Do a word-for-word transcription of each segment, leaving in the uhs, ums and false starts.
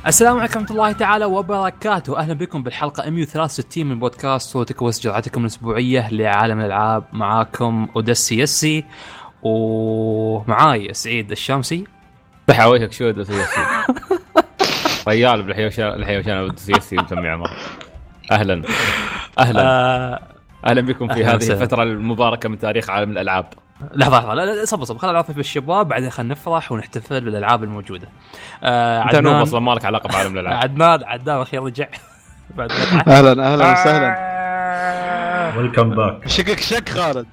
السلام عليكم ورحمة الله تعالى وبركاته. أهلا بكم بالحلقة مئة وثلاثة وستين من بودكاست صوتك وسجراتكم الأسبوعية لعالم الألعاب. معاكم أودسي يسي ومعاي سعيد الشامسي. بحاويك شو أودسي يسي ريال بالحيوشان الحيوشان أودسي يسي مسمي عمر. أهلا أهلا آه أهلا بكم في هذه سهل. الفترة المباركة من تاريخ عالم الألعاب. لحظة لحظة لا لا صبر صبر خلينا نعرف بالشباب بعدين خلينا نفرح ونحتفل بالألعاب الموجودة. آه أنت نوب أصلا ما لك علاقة بعالم الألعاب. عدنان عدنان أخير رجع بعد أهلا أهلا وسهلا ويلكم باك. شكك شك خالد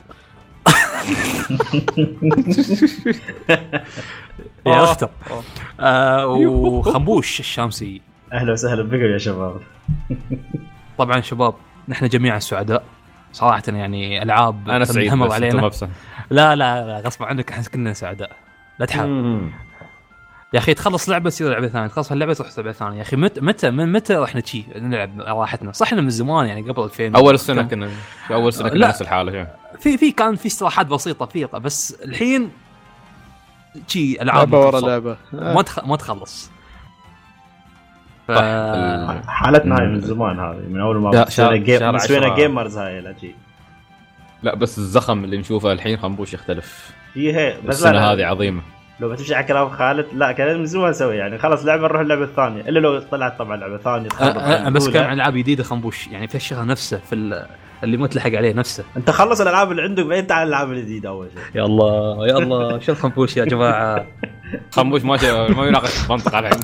يا أختر آه وخنبوش الشامسي. أهلا وسهلا بكم يا شباب. طبعا شباب نحن جميعا سعداء صراحة، يعني ألعاب أنا سعيد بس علينا. لا لا لا غصب عنك احنا كلنا سعداء لا تحاول يا أخي. تخلص لعبة تصير لعبة ثانية، تخلص اللعبة تروح لعبة ثانية يا أخي. متى متى من متى رحنا شيء نلعب راحتنا؟ صحنا من زمان يعني قبل ألفين أول السنة كنا في أول سنة كنا نفس الحالة. في في كان في استراحات بسيطة فيه، بس الحين شيء ألعاب لعبة ورا لعبة ما تخ... ما تخلص. ف... حالتنا هاي من زمان، هذه من أول ما سوينا جيم سوينا جيمرز هاي لا شيء. لا بس الزخم اللي نشوفه الحين خنبوش يختلف. هي بس السنة هذه عظيمة. لو بتمشي على كلام خالد لا كان لازم زمان نسوي يعني خلاص لعبة نروح اللعبة الثانية، إلا لو طلعت طبعا لعبة ثانية. أه بس كان ألعاب جديدة خنبوش يعني في الشغل نفسه في اللي ما تلحق عليه نفسه. أنت خلص الألعاب اللي عندك بعدين تعال الألعاب الجديدة أول شيء. يا الله يا الله شو خنبوش يا جماعة. خنبوش ما ما يناقش منطق الحين.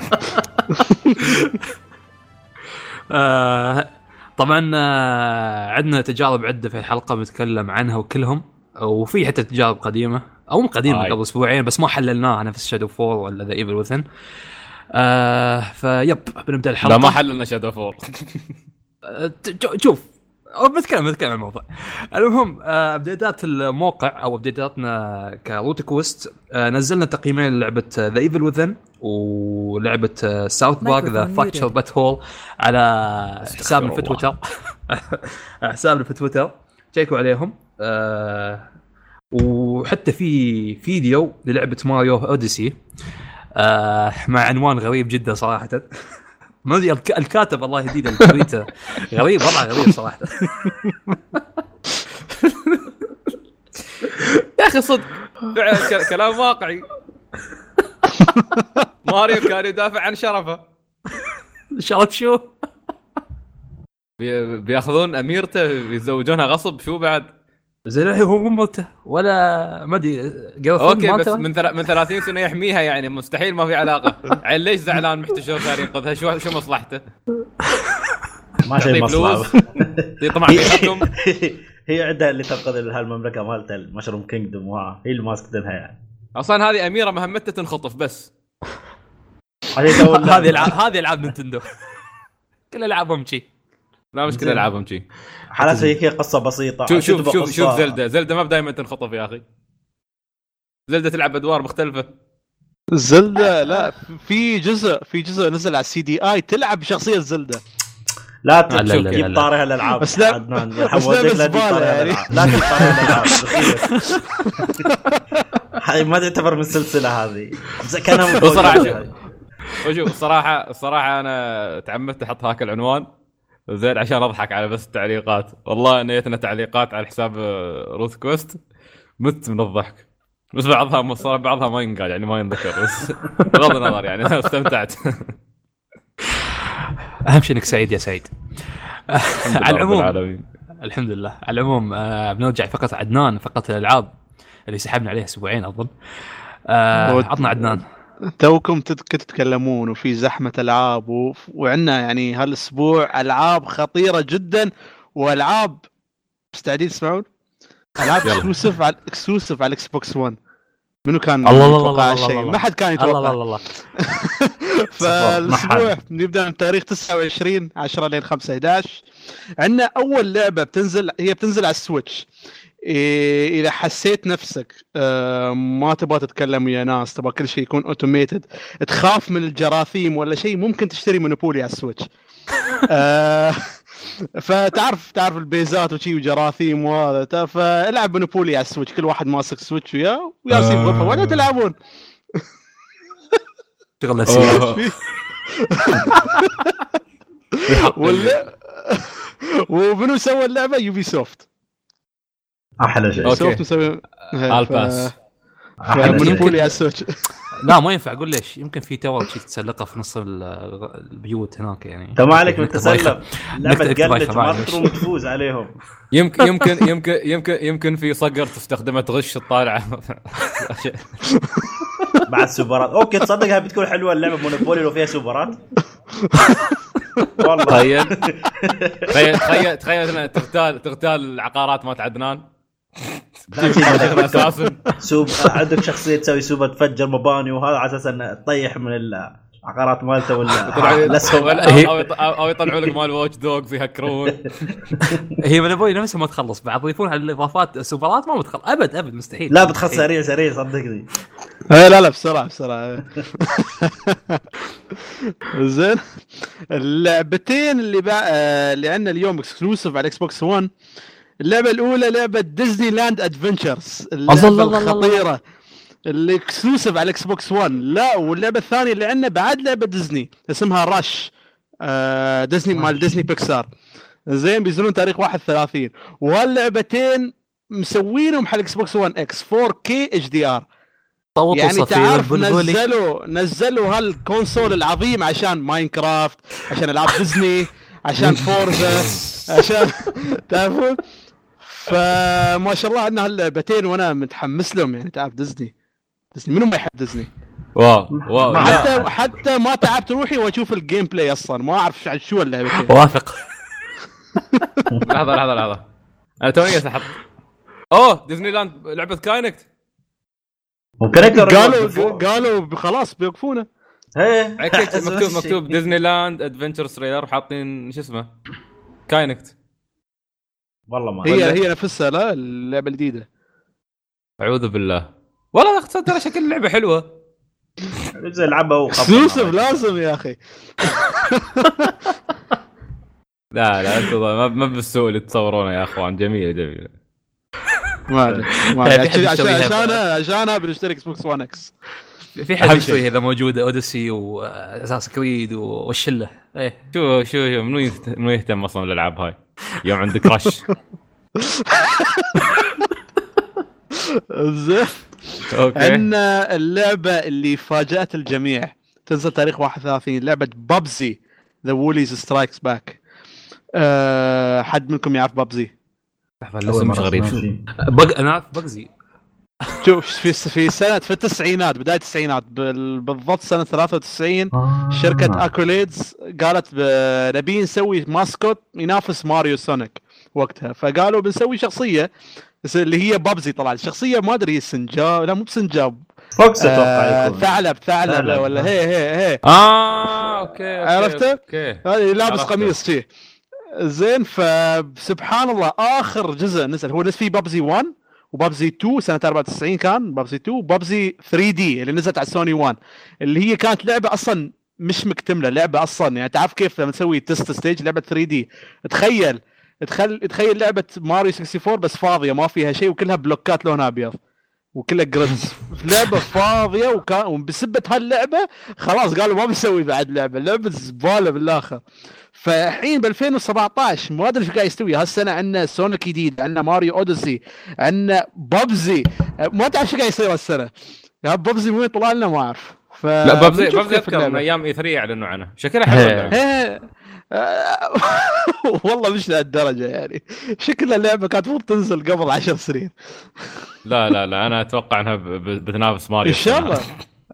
آه طبعا آه عندنا تجارب عدة في الحلقة بنتكلم عنها وكلهم، وفي حتى تجارب قديمة أو مو قديمة آه قبل أسبوعين بس ما حللناها نفس شادو فور ولا ذا إيفل وذن. آه فيب بنبدأ الحلقة. لا ما حللنا شادو فور. شوف بتكلم بتكلم عن الموضوع. المهم ابديتات الموقع او ابديتاتنا كروت كويست، نزلنا تقييمين للعبه ذا ايفل وذن ولعبه ساوث بارك ذا فاكتشر بات هول على حسابنا في تويتر. حسابنا في تويتر تشيكوا عليهم. أه وحتى في فيديو للعبه ماريو اوديسي أه مع عنوان غريب جدا صراحه. ما ادري الكاتب الله يهديه التويتر غريب والله غريب صراحه. يا اخي صدق كلام واقعي. ماريو كان يدافع عن شرفه. شرف شو؟ بياخذون اميرته بيزوجونها غصب شو بعد؟ زين هو مو موته ولا ما ادري. اوكي بس من من ثلاثين سنه يحميها يعني مستحيل ما في علاقه. عين ليش زعلان محتشر ثاني ينقذها؟ شو شو مصلحته؟ ما شيء مصلحه. هي طبعا حكم هي عندها اللي تنقذ هالمملكه مالتها المشروم كينجدوم وها هي اللي ماسكتها يعني. اصلا هذه اميره مهمتها تنخطف بس. هذه العاب هذه العاب نينتندو كل العابهم شي. لا مش كل العابهم شي. حالتها هيك قصه بسيطه. شوف شوف شوف, شوف زلدة زلدة ما دائما تنخطف يا اخي. زلدة تلعب ادوار مختلفه. زلدة لا في جزء في جزء نزل على السي دي اي تلعب بشخصيه زلدة. لا تجيب طارها الالعاب بس لا عدنان يحوزك لا طارها الالعاب لا طارها الالعاب. هاي ما تعتبر من السلسله هذه كانها بصراحه. وشوف الصراحه الصراحه انا تعمدت احط هاك العنوان زين عشان اضحك على بس التعليقات. والله نيتنا تعليقات على حساب روث كويست مت من الضحك. بس بعضها مصر بعضها ما ينقال يعني ما ينذكر بس بغض النظر يعني انا استمتعت. اهم شيء انك سعيد يا سعيد. على العموم الحمد لله. على العموم آه بنرجع فقط عدنان فقط الالعاب اللي سحبنا عليها اسبوعين اظن. آه عطنا عدنان. توكم تتكلمون وفي زحمة ألعاب و... وعنا يعني هالأسبوع ألعاب خطيرة جدا والألعاب مستعدين تسمعون ألعاب اكسكلوسيف على اكسكلوسيف على الاكس بوكس ون. منو كان يتوقع شيء؟ ما حد كان يتوقع. الله الله الله. فالأسبوع نبدأ من تاريخ تسعة وعشرين عشرة لين خمسة أحد عشر. عندنا أول لعبة بتنزل هي بتنزل على السويتش. إيه إذا حسيت نفسك آه ما تبغى تتكلم ويا ناس تبغى كل شيء يكون اوتوميتد تخاف من الجراثيم ولا شيء ممكن تشتري مونوبولي على السويتش. آه فتعرف تعرف البيزات وشي وجراثيم وهذا فالعب مونوبولي على السويتش كل واحد ماسك سويتش وياه وياسين غرفة ولا تلعبون. شغل ولا ومنو سوى اللعبه؟ يوبي سوفت. احلى شيء يوبي سوفت مسوي الباس مونوبولي على السويتش. لا ما ينفع اقول ليش، يمكن في تاور شيء تسلقه في نص البيوت هناك يعني. انت ما عليك من تسلق، لعبه قلت ما تروم تفوز عليهم. يمكن يمكن يمكن يمكن يمكن في صقر تستخدمه تغش الطالع بعد سوبرات. اوكي تصدق هاي بتكون حلوه اللعبه مونوبولي لو فيها سوبرات. والله تخيل تخيل تخيل تخيل تغتال تغتال العقارات مات عدنان. اساسا سوب عندك شخصيه تسوي سوبر تفجر مباني وهذا على اساس انه تطيح من العقارات مالته ولا الاسهم او يطلعوا لك مال واتش دوغز يهكرون. هي مونوبولي نفسها ما تخلص، بعد يضيفون على الاضافات سوبرات ما بتخلص ابد ابد مستحيل. لا بتخلص سريع سريع صدقني. لا لا بسرعه بسرعه. زين اللعبتين اللي بقى اللي عندنا اليوم اكسكلوسيف على اكس بوكس ون. اللعبه الاولى لعبه ديزني لاند ادفنتشرز، اللعبه الخطيره اللي اكسكلوسيف على اكس بوكس ون. لا واللعبه الثانيه اللي عندنا بعد لعبه ديزني اسمها راش، آه ديزني مال ديزني بيكسار. زين بينزلون تاريخ واحد وثلاثين، وهاللعبتين مسوينهم على اكس بوكس ون اكس فور كي اتش دي ار. يعني تعرف نزلوا نزلوا هالكونسول العظيم عشان ماينكرافت، عشان العاب ديزني، عشان فورزا، عشان تعرفون. فما شاء الله عندنا هاللعبتين وانا متحمس لهم. يعني تعرف ديزني ديزني منو ما يحب ديزني؟ واو واو حتى حتى ما تعبت روحي واشوف الجيم بلاي اصلا ما اعرف شو اللعبتين. وافق. لحظه لحظه لحظه انا توني اسحب. اوه ديزني لاند لعبه كاينكت قالوا قالوا خلاص بيوقفونه. ايه مكتوب مكتوب ديزني لاند ادفنتشر تريلر حاطين شو اسمه كاينكت. والله ما هي هي نفسها لا اللعبه الجديده. اعوذ بالله والله اقصد ترى شكل اللعبه حلوه زي العبها وخلاص لازم يا اخي. لا لا انتم ما ما بالسوء اللي تصورونه يا اخوان. جميله جميله ما ما عشان عشان عشان بنشترك اكس بوكس ون اكس. في حد يسوي اذا موجوده اوديسي واساس كريد والشله. ايه شو شو شو منو منو يهتم اصلا بالالعاب هاي يوم عندك رش. زين عندنا اللعبه اللي فاجأت الجميع تنزل تاريخ واحد وثلاثين، لعبه بابزي ذا ووليز سترايكس باك. أه حد منكم يعرف بابزي؟ الاسم مش غريب. بق انا اعرف بقزي. شوف في في سنه في التسعينات بدايه التسعينات بالضبط سنه ثلاثة وتسعين آه. شركه اكوليدز قالت نبي نسوي ماسكوت ينافس ماريو سونيك وقتها، فقالوا بنسوي شخصيه اللي هي بابزي. طلع الشخصيه ما ادري سنجاب لا مو بسنجاب فوكس اتوقع يكون ثعلب ثعلب ولا هي هي هي اه اوكي عرفته هذه لابس قميص شيء. زين فسبحان الله اخر جزء نزل هو نزل فيه بابزي واحد وبابزي اثنين سنه أربعة وتسعين كان بابزي اثنين وبابزي ثري دي اللي نزلت على سوني واحد اللي هي كانت لعبه اصلا مش مكتمله. لعبه اصلا يعني تعرف كيف لما تسوي تيست ستيج لعبه ثري دي تخيل تخيل تخيل لعبه ماريو أربعة وستين بس فاضيه ما فيها شيء وكلها بلوكات لونها ابيض وكلها جريدز. لعبه فاضيه وكان وبسبه هاللعبه خلاص قالوا ما بنسوي بعد لعبه لعبه زباله بالاخر. فالحين ب ألفين وسبعطعش ما ادري ايش قاعد يستوي. هالسنه عندنا سونيك جديد، عندنا ماريو اوديسي، عندنا بابزي. ما تعرف ايش قاعد يصير هالسنه. يا بابزي وين طلع لنا ما اعرف. ف لا بابزي بابزي اذكر من ايام اي ثري اعلنوا عنه شكلها حلو. والله مش لهالدرجه يعني شكلها اللعبه كانت المفروض تنزل قبل عشر سنين. لا لا لا انا اتوقع انها بتنافس ماريو ان شاء الله.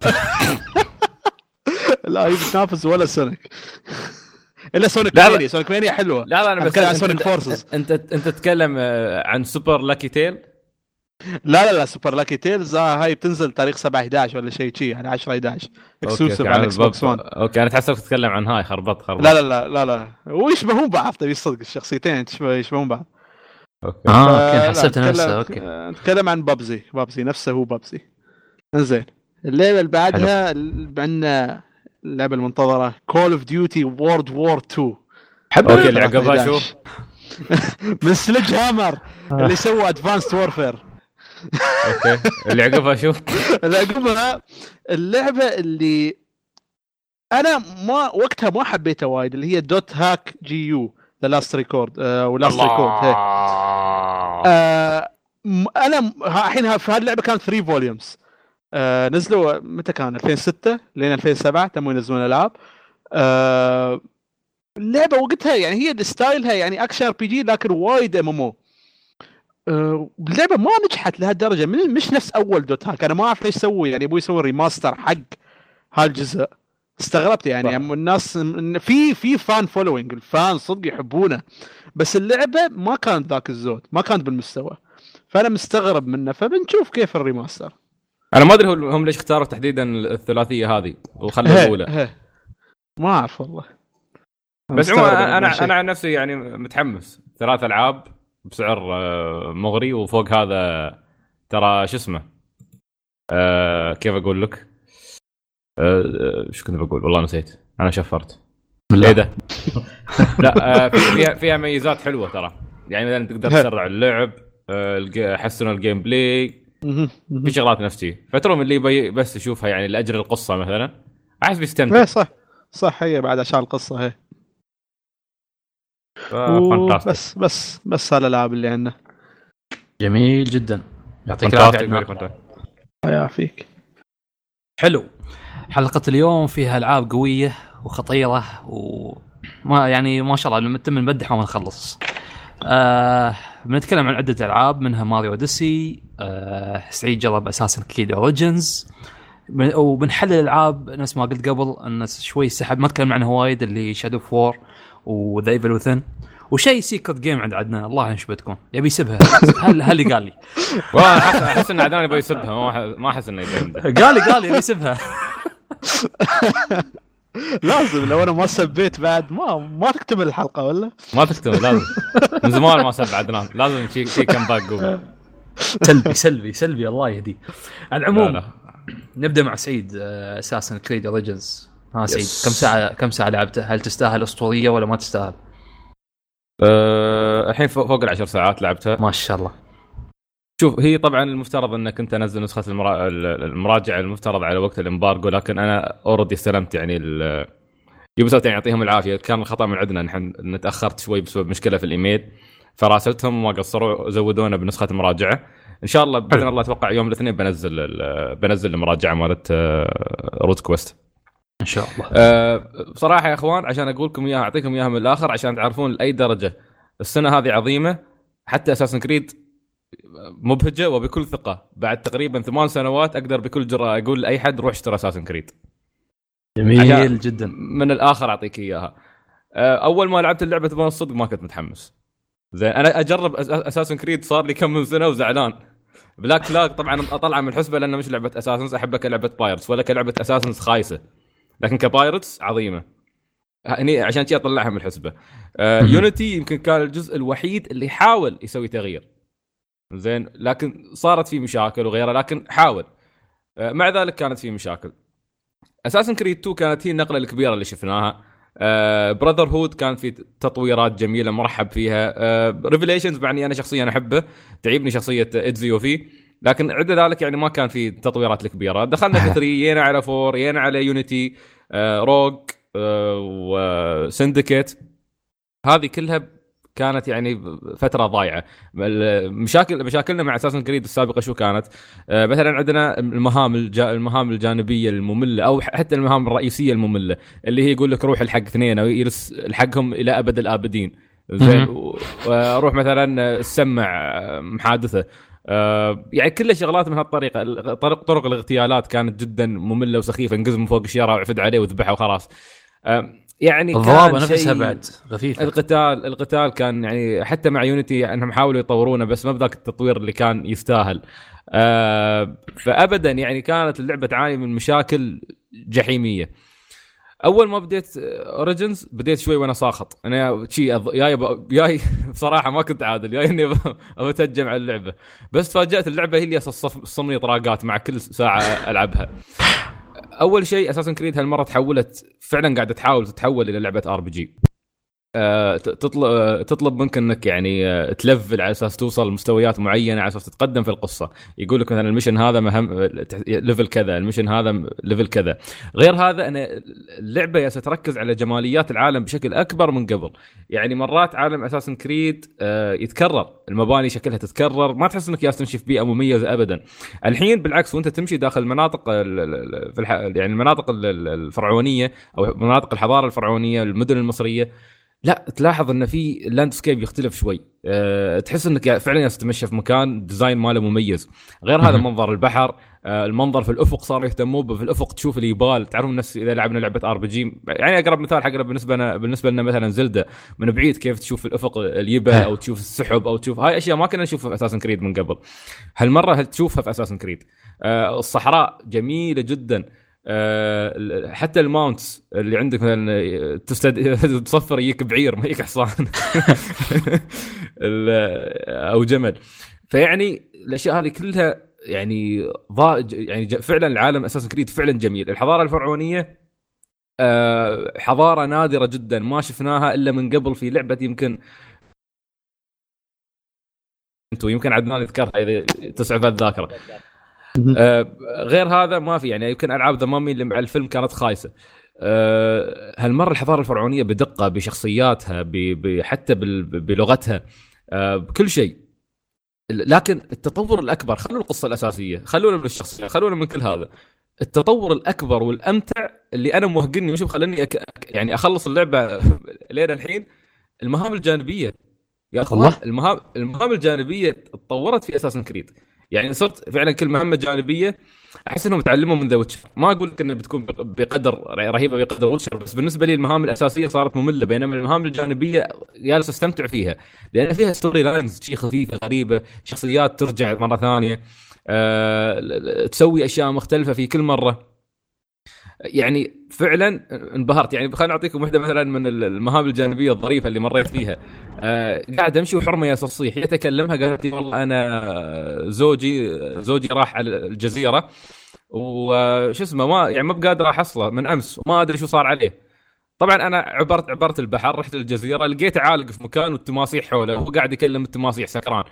لا هي بتنافس ولا سونيك الا سونيك مانيا. سونيك مانيا حلوه. لا لا انا بتكلم عن سونيك فورسز. انت انت تتكلم عن سوبر لاكي تيل. لا لا لا سوبر لاكي تيلز هاي بتنزل تاريخ سبعة أحد عشر ولا شيء شيء يعني عشرة أحد عشر اكسكلوسيف على اكس بوكس ون. اوكي انا تحسبت تتكلم عن هاي خربط خربط. لا لا لا لا لا ويشبهون بعض تبي الصدق الشخصيتين يشبهون بعض. اوكي اه اوكي حسبت نفسه. اوكي نتكلم عن بابزي. بابزي نفسه هو بابزي. انزين اللعبه اللي بعدها عندنا اللعبه المنتظره كول اوف ديوتي وورد وور تو. اوكي اللي عقبها شو من سلج هامر اللي سوى ادفانسد وورفير. اوكي اللي عقبها شو اللي عقبها اللعبه اللي انا ما وقتها ما حبيتها وايد، اللي هي دوت هاك جي يو ذا لاست ريكورد ولاست ريكورد. انا الحين في هذه اللعبه كانت ثلاثة فوليومز، آه نزلوا متى كان ألفين وستة لين ألفين وسبعة تموا ينزلون العاب. آه اللعبه وقتها يعني هي ستايلها يعني اكشن ار بي جي لكن وايد ام ام او. اللعبه ما نجحت لهالدرجه، مش نفس اول دوت هاك. انا ما اعرف ليش سووا يعني ابوي يسوي ريماستر حق هالجزء. استغربت يعني صح. الناس في في فان فولوينج، الفان صدق يحبونه، بس اللعبه ما كانت ذاك الزود، ما كانت بالمستوى، فانا مستغرب منه. فبنشوف كيف الريماستر. انا ما ادري هم ليش اختاروا تحديدا الثلاثيه هذه وخلوا الاولى، ما اعرف والله. بس عموما انا انا عن نفسي يعني متحمس. ثلاث العاب بسعر مغري، وفوق هذا ترى شو اسمه أه كيف اقول لك أه شو كنت بقول والله نسيت، انا شفرت ايه ده. لا أه فيها فيها ميزات حلوه ترى، يعني مثلا تقدر تسرع اللعب، أه حسنوا الجيم بلاي، في شغلات نفسي. فترى اللي بي بس يشوفها يعني لاجل القصه مثلا احس بيستمتع. صح صح، هي بعد عشان القصه هي بس بس بس هالالعاب اللي عندنا. جميل جدا، يعطيك العافيه. يعافيك. حلو. حلقه اليوم فيها العاب قويه وخطيره، وما يعني ما شاء الله لما نتم نمدح وما نخلص. آه بنتكلم عن عده العاب، منها ماريو اوديسي، آه سعيد جرب اساسن كريد اوريجينز، وبنحلل الالعاب نفس ما قلت قبل ان شوي سحب ما تكلم عنها وايد، اللي شادو فور وذا ايفل وذن، وشيء سيكرت جيم عند عدنان. الله ينشبتكم يبي يسبها. هل هل قال لي واحس احس ان عدنان يبي يسبها، ما احس انه يبي. قال لي قال لي يبي يسبها. لازم لو انا ما سبيت بعد ما ما تكتمل الحلقه ولا ما تكتمل. لازم من زمان ما سب عدنان، لازم شيء شيء كم باك جوجل. سلبي سلبي سلبي الله يهديه. على العموم لا لا. نبدا مع سعيد. اساسن كريد اوريجينز، ها سعيد كم ساعه كم ساعه لعبته؟ هل تستاهل اسطوريه ولا ما تستاهل؟ أه الحين فوق العشر ساعات لعبتها ما شاء الله. شوف هي طبعا المفترض انك انت تنزل نسخه المرا... المراجعه المفترض على وقت الامبارجو، لكن انا اوريدي استلمت يعني ال... يوبيسوفت يعني يعطيهم العافيه، كان الخطا من عندنا نحن نتاخرت شوي بسبب مشكله في الايميل، فراسلتهم وما قصروا زودونا بنسخه المراجعه. ان شاء الله باذن الله اتوقع يوم الاثنين بنزل ال... بنزل المراجعه مالت روت كويست ان شاء الله. أه بصراحه يا اخوان عشان اقول لكم اياها اعطيكم اياها من الاخر عشان تعرفون لاي درجه السنه هذه عظيمه. حتى اساسن كريد مبهجه وبكل ثقه بعد تقريبا ثمان سنوات اقدر بكل جرأه اقول لاي حد روح اشتري اساسن كريد. جميل جدا. من الاخر اعطيك اياها. اول ما لعبت اللعبه تبان الصدق ما كنت متحمس. زين انا اجرب اساسن كريد صار لي كم من سنه وزعلان. بلاك فلاج طبعا اطلع من الحسبه لانه مش لعبه اساسنز احبها كلعبه بايرتس ولا كلعبه اساسنز خايسه، لكن كبايرتس عظيمه هني عشان تي اطلعها من الحسبه. آه يونيتي يمكن كان الجزء الوحيد اللي حاول يسوي تغيير زين، لكن صارت فيه مشاكل وغيرها، لكن حاول. آه مع ذلك كانت فيه مشاكل. اساسن كريد تو كانت هي النقله الكبيره اللي شفناها. آه براذر هود كان في تطويرات جميله مرحب فيها. آه ريفيليشنز معني انا شخصيا احبه، تعيبني شخصيه ادزيو فيه، لكن عدا ذلك يعني ما كان في تطويرات الكبيره. دخلنا في ثلاثة يينا على فور يينا على يونيتي، آه روج، آه وسندكيت، هذه كلها كانت يعني فتره ضايعه. المشاكل مشاكلنا مع اساسن كريد السابقه شو كانت؟ آه مثلا عندنا المهام الجا المهام الجانبيه الممله، او حتى المهام الرئيسيه الممله اللي هي يقول لك روح الحق اثنين او يرس الحقهم الى ابد الابدين. زين وروح مثلا السمع محادثه، آه يعني كل شغلات من هالطريقه. طرق طرق الاغتيالات كانت جدا ممله وسخيفه، انقز من فوق الشارع وعفد عليه وذبحه وخلاص. آه يعني الضربه نفسها بعد خفيفه. القتال القتال كان يعني حتى مع يونيتي انهم حاولوا يطورونه بس ما بذاك التطوير اللي كان يستاهل. آه فابدا يعني كانت اللعبه تعاني من مشاكل جحيميه. اول ما بديت اوريجينز بديت شوي وانا ساخط، انا شيء جاي جاي بصراحه ما كنت عادل، جاي اني اتهجم على اللعبه، بس تفاجات اللعبه هي اللي صمني طراقات مع كل ساعه العبها. اول شيء اساسن كريد هالمره تحولت فعلا، قاعده تحاول تتحول الى لعبه ار بي جي. آه، تطلب تطلب منك انك يعني آه، تلفل على اساس توصل لمستويات معينه على اساس تتقدم في القصه. يقول لك مثلا المشن هذا مهم ليفل كذا، المشن هذا ليفل كذا. غير هذا انا اللعبه يا ستركز على جماليات العالم بشكل اكبر من قبل. يعني مرات عالم اساسن كريد يتكرر، المباني شكلها تتكرر، ما تحس انك يا تمشي في بيئه مميزه ابدا. الحين بالعكس، وانت تمشي داخل المناطق في الح... يعني المناطق الفرعونيه او مناطق الحضاره الفرعونيه، المدن المصريه، لا تلاحظ ان في لاندسكيب يختلف شوي. أه تحس انك فعلا تتمشى في مكان ديزاين ماله مميز. غير هذا منظر البحر، أه المنظر في الافق صار يهتموا به. في الافق تشوف الجبال، تعرفون الناس اذا لعبنا لعبه ار بي جي، يعني اقرب مثال حقنا بالنسبه لنا بالنسبه لنا مثلا زلدة، من بعيد كيف تشوف في الافق الجبال او تشوف السحب او تشوف هاي اشياء ما كنا نشوفها في اساسن كريد من قبل. هالمره هل تشوفها في اساسن كريد. أه الصحراء جميله جدا. أه حتى الماونتس اللي عندك مثلا تستد... تصفر يجيك بعير ما يجيك حصان او جمل. فيعني الاشياء هذه كلها يعني ضا... يعني فعلا العالم اساسا كريد فعلا جميل. الحضاره الفرعونيه أه حضاره نادره جدا ما شفناها الا من قبل في لعبه، يمكن انتم يمكن عدنان يذكرها اذا تسعف الذاكره. آه غير هذا ما في، يعني يمكن العاب ذمامين اللي مع الفيلم كانت خايسه. آه هالمره الحضاره الفرعونيه بدقه، بشخصياتها، ب حتى بلغتها، آه بكل شيء. لكن التطور الاكبر، خلوا القصه الاساسيه، خلونا من الشخصيه، خلونا من كل هذا. التطور الاكبر والامتع اللي انا موهقني وشوف خلاني أك... يعني اخلص اللعبه لين الحين، المهام الجانبيه يا اخوان. المهام المهام الجانبيه تطورت في اساسن كريد. يعني صرت فعلا كل مهمه جانبيه احس انهم تعلموا من ذا ويتشر. ما اقول لك انها بتكون بقدر رهيبه بقدر ويتشر، بس بالنسبه لي المهام الاساسيه صارت ممله، بينما المهام الجانبيه جالس استمتع فيها لان فيها ستوري لاينز شيء خفيفه غريبه، شخصيات ترجع مره ثانيه، أه تسوي اشياء مختلفه في كل مره. يعني فعلا انبهرت. يعني خليني اعطيكم واحده مثلا من المهام الجانبيه الظريفه اللي مريت فيها. آه قاعد امشي وحرمه يا تصيح يتكلمها، قالت لي والله انا زوجي زوجي راح على الجزيره وش اسمه ما يعني ما بقادر احصله من امس وما ادري شو صار عليه. طبعا انا عبرت عبرت البحر، رحت الجزيره، لقيت عالق في مكان والتماسيح حوله وهو قاعد يكلم التماسيح سكران.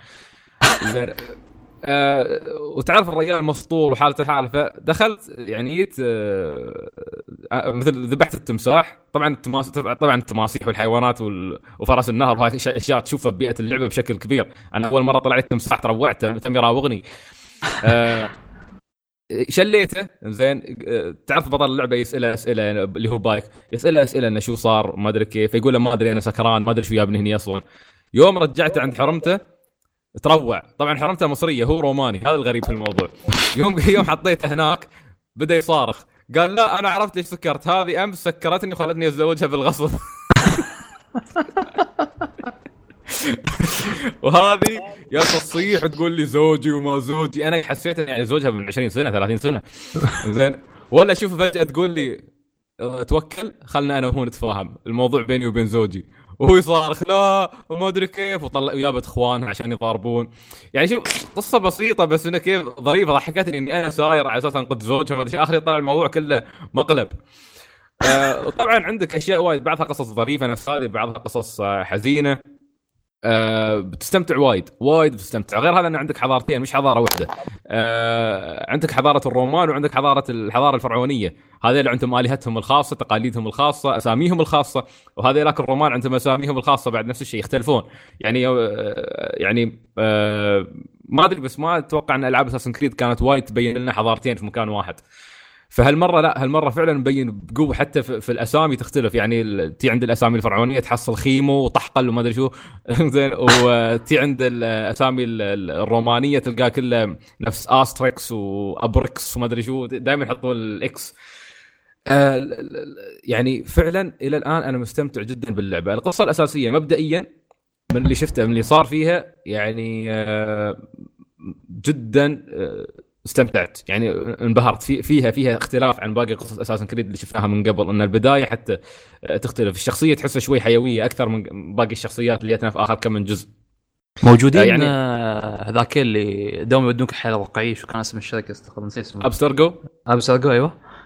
أه وتعرف الرجال مسطول وحالة الحال، فدخلت يعني جيت أه مثل ذبحت التمساح. طبعا التماس طبعا التماسيح والحيوانات وفرس النهر وهاي اشياء تشوفها ببيئة اللعبة بشكل كبير. انا اول مرة طلع لي التمساح تروعته تم يراوغني. أه شليته زين. تعرف بطل اللعبه يساله اسئله اللي هو بايك، يساله اسئله انه شو صار ما ادري كيف، يقول له ما ادري انا سكران ما ادري شو جابني هنا اصلا. يوم رجعته عند حرمته تروع. طبعا حرمته مصريه هو روماني، هذا الغريب في الموضوع. يوم يوم حطيته هناك بدا يصارخ، قال لا انا عرفت ايش سكرت، هذه امس سكرتني وخلتني اتزوجها بالغصب. وهذه يا تصيح تقول لي زوجي وما زوجي. انا حسيت يعني زوجها من عشرين سنه ثلاثين سنه زين، ولا اشوف فجاه تقول لي توكل خلنا انا وهو نتفاهم الموضوع بيني وبين زوجي، وهو يصارخ لا وما ادري كيف، وطلع ويابت اخوانها عشان يضاربون. يعني شوف قصه بسيطه بس انه كيف ظريفه، ضحكتني اني انا ساير على اساس انقذ زوجها، اخر طلع الموضوع كله مقلب. آه وطبعا عندك اشياء وايد، بعضها قصص ظريفه نفس هذه، بعضها قصص آه حزينه. أه بتستمتع وايد وايد بتستمتع. غير هذا ان عندك حضارتين مش حضاره واحده. أه عندك حضاره الرومان وعندك حضاره الحضاره الفرعونيه. هذول عندهم الهتهم الخاصه، تقاليدهم الخاصه، اساميهم الخاصه، وهذيلاك الرومان عندهم اساميهم الخاصه بعد نفس الشيء يختلفون. يعني أه يعني أه ما ادري بس ما اتوقع ان العاب اساسن كريد كانت وايد تبين لنا حضارتين في مكان واحد. فهالمره لا، هالمره فعلا مبين بقوه، حتى في, في الاسامي تختلف. يعني تي عند الاسامي الفرعونيه تحصل خيمو وطحقل وما ادري شو زين، وتي عند الاسامي الرومانيه تلقى كله نفس استريكس وابريكس وما ادري شو، دائما يحطوا الاكس. آه يعني فعلا الى الان انا مستمتع جدا باللعبه. القصه الاساسيه مبدئيا من اللي شفته من اللي صار فيها يعني آه جدا آه استمتعت، يعني انبهرت في فيها فيها اختلاف عن باقي قصص اساسن كريد اللي شفناها من قبل. ان البدايه حتى تختلف، الشخصيه تحسها شوي حيويه اكثر من باقي الشخصيات اللي جتنا في اخر كم من جزء. موجودين يعني هذاك اللي دوم يودونك حياه واقعيه، شو كان اسم الشركه استغفر نسيت اسمه؟ ابسترجو. ابسترجو ايوه.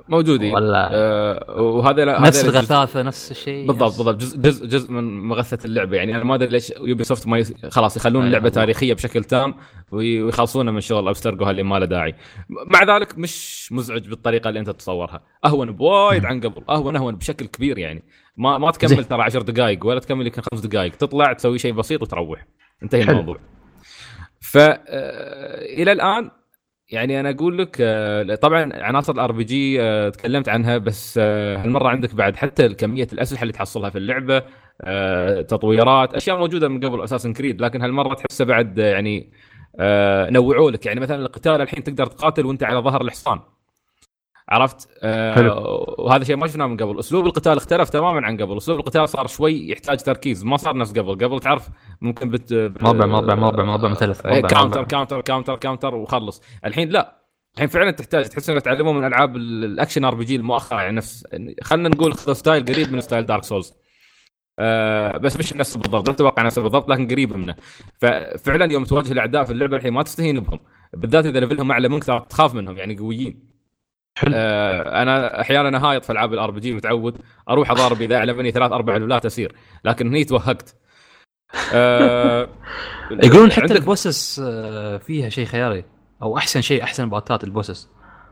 موجودين ولا آه وهذا نفس الغثاثه نفس الشيء بالضبط بالضبط جزء جزء جزء من مغثة اللعبه. يعني انا ما ادري ليش يوبي سوفت ما يس... خلاص يخلون أيه اللعبه الله. تاريخيه بشكل تام ويخلصونها من شغل ابسترجو اللي ما له داعي. مع ذلك مش مزعج بالطريقه اللي انت تتصورها، اهون بوايد عن قبل، اهون اهون بشكل كبير. يعني ما ما تكمل ترى عشر دقائق ولا تكمل يمكن خمس دقائق، تطلع تسوي شيء بسيط وتروح، انتهي حلو. الموضوع. ف الى الان يعني انا اقول لك طبعا عناصر الار بي جي تكلمت عنها، بس هالمره عندك بعد حتى كميه الاسلحه اللي تحصلها في اللعبه، تطويرات، اشياء موجوده من قبل اساسن كريد، لكن هالمره تحسه بعد يعني نوعوا لك. يعني مثلا القتال الحين تقدر تقاتل وانت على ظهر الحصان، عرفت؟ آه وهذا شيء ما شفناه من قبل. اسلوب القتال اختلف تماما عن قبل، اسلوب القتال صار شوي يحتاج تركيز، ما صار نفس قبل. قبل تعرف ممكن بت مربع مربع مربع مربع مثلث كاونتر كاونتر كاونتر كاونتر وخلص. الحين لا، الحين فعلا تحتاج تحس انك تعلمه من العاب الاكشن ار بي جي المؤخره، يعني نفس خلينا نقول ستايل قريب من ستايل دارك سولز، آه بس مش نفس بالضبط، لا تتوقع نفس بالضبط لكن قريب منه. ففعلا يوم تواجه الاعداء في اللعبه الحين ما تستهين بهم، بالذات اذا ليفلهم اعلى منك تخاف منهم، يعني قويين. آه انا احيانا هايط في العاب الار بي جي متعود اروح اضارب اذا اعلى مني ثلاث اربع لولات اسير، لكن هني توهقت. آه يقولون حتى عندك... البوسس فيها شيء خيالي، او احسن شيء احسن باتات البوسس.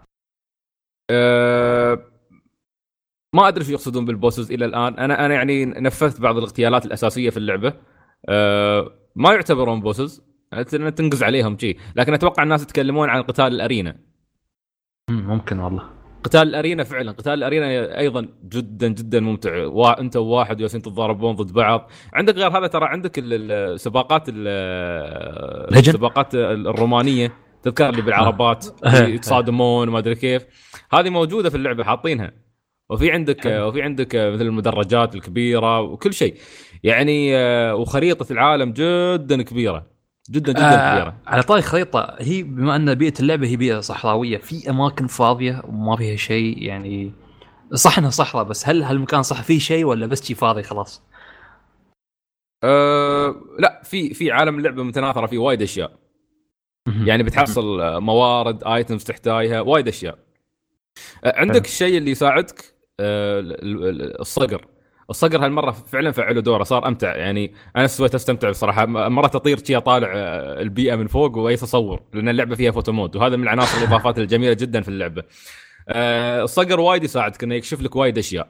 آه ما ادري ايش يقصدون بالبوسس الى الان. انا انا يعني نفذت بعض الاغتيالات الاساسيه في اللعبه، آه ما يعتبرون بوسس، تنقز عليهم شيء، لكن اتوقع الناس يتكلمون عن قتال الارينا. ممكن والله. قتال الارينا فعلا، قتال الارينا ايضا جدا جدا ممتع، وانت وواحد ياسين تتضاربون ضد بعض. عندك غير هذا ترى عندك السباقات السباقات الرومانيه، تذكر اللي بالعربات يتصادمون وما ادري كيف، هذه موجوده في اللعبه حاطينها. وفي عندك وفي عندك مثل المدرجات الكبيره وكل شيء يعني، وخريطه العالم جدا كبيره جدا جدا آه كبيره. على طاري خريطه، هي بما ان بيئه اللعبه هي بيئه صحراويه، في اماكن فاضيه وما فيها شيء، يعني صح انها صحراء، بس هل هالمكان صح فيه شيء ولا بس شيء فاضي خلاص؟ أه لا، في في عالم اللعبه متناثره، في وايد اشياء يعني بتحصل موارد ايتمز تحتاجها، وايد اشياء. عندك الشيء اللي يساعدك الصقر. الصقر هالمره فعلا فعلوا دوره، صار امتع. يعني انا سويت استمتع بصراحه، مره تطير شيء طالع البيئه من فوق واي تصور، لان اللعبه فيها فوتو مود، وهذا من العناصر الاضافات الجميله جدا في اللعبه. الصقر وايد يساعدك انه يكشف لك وايد اشياء،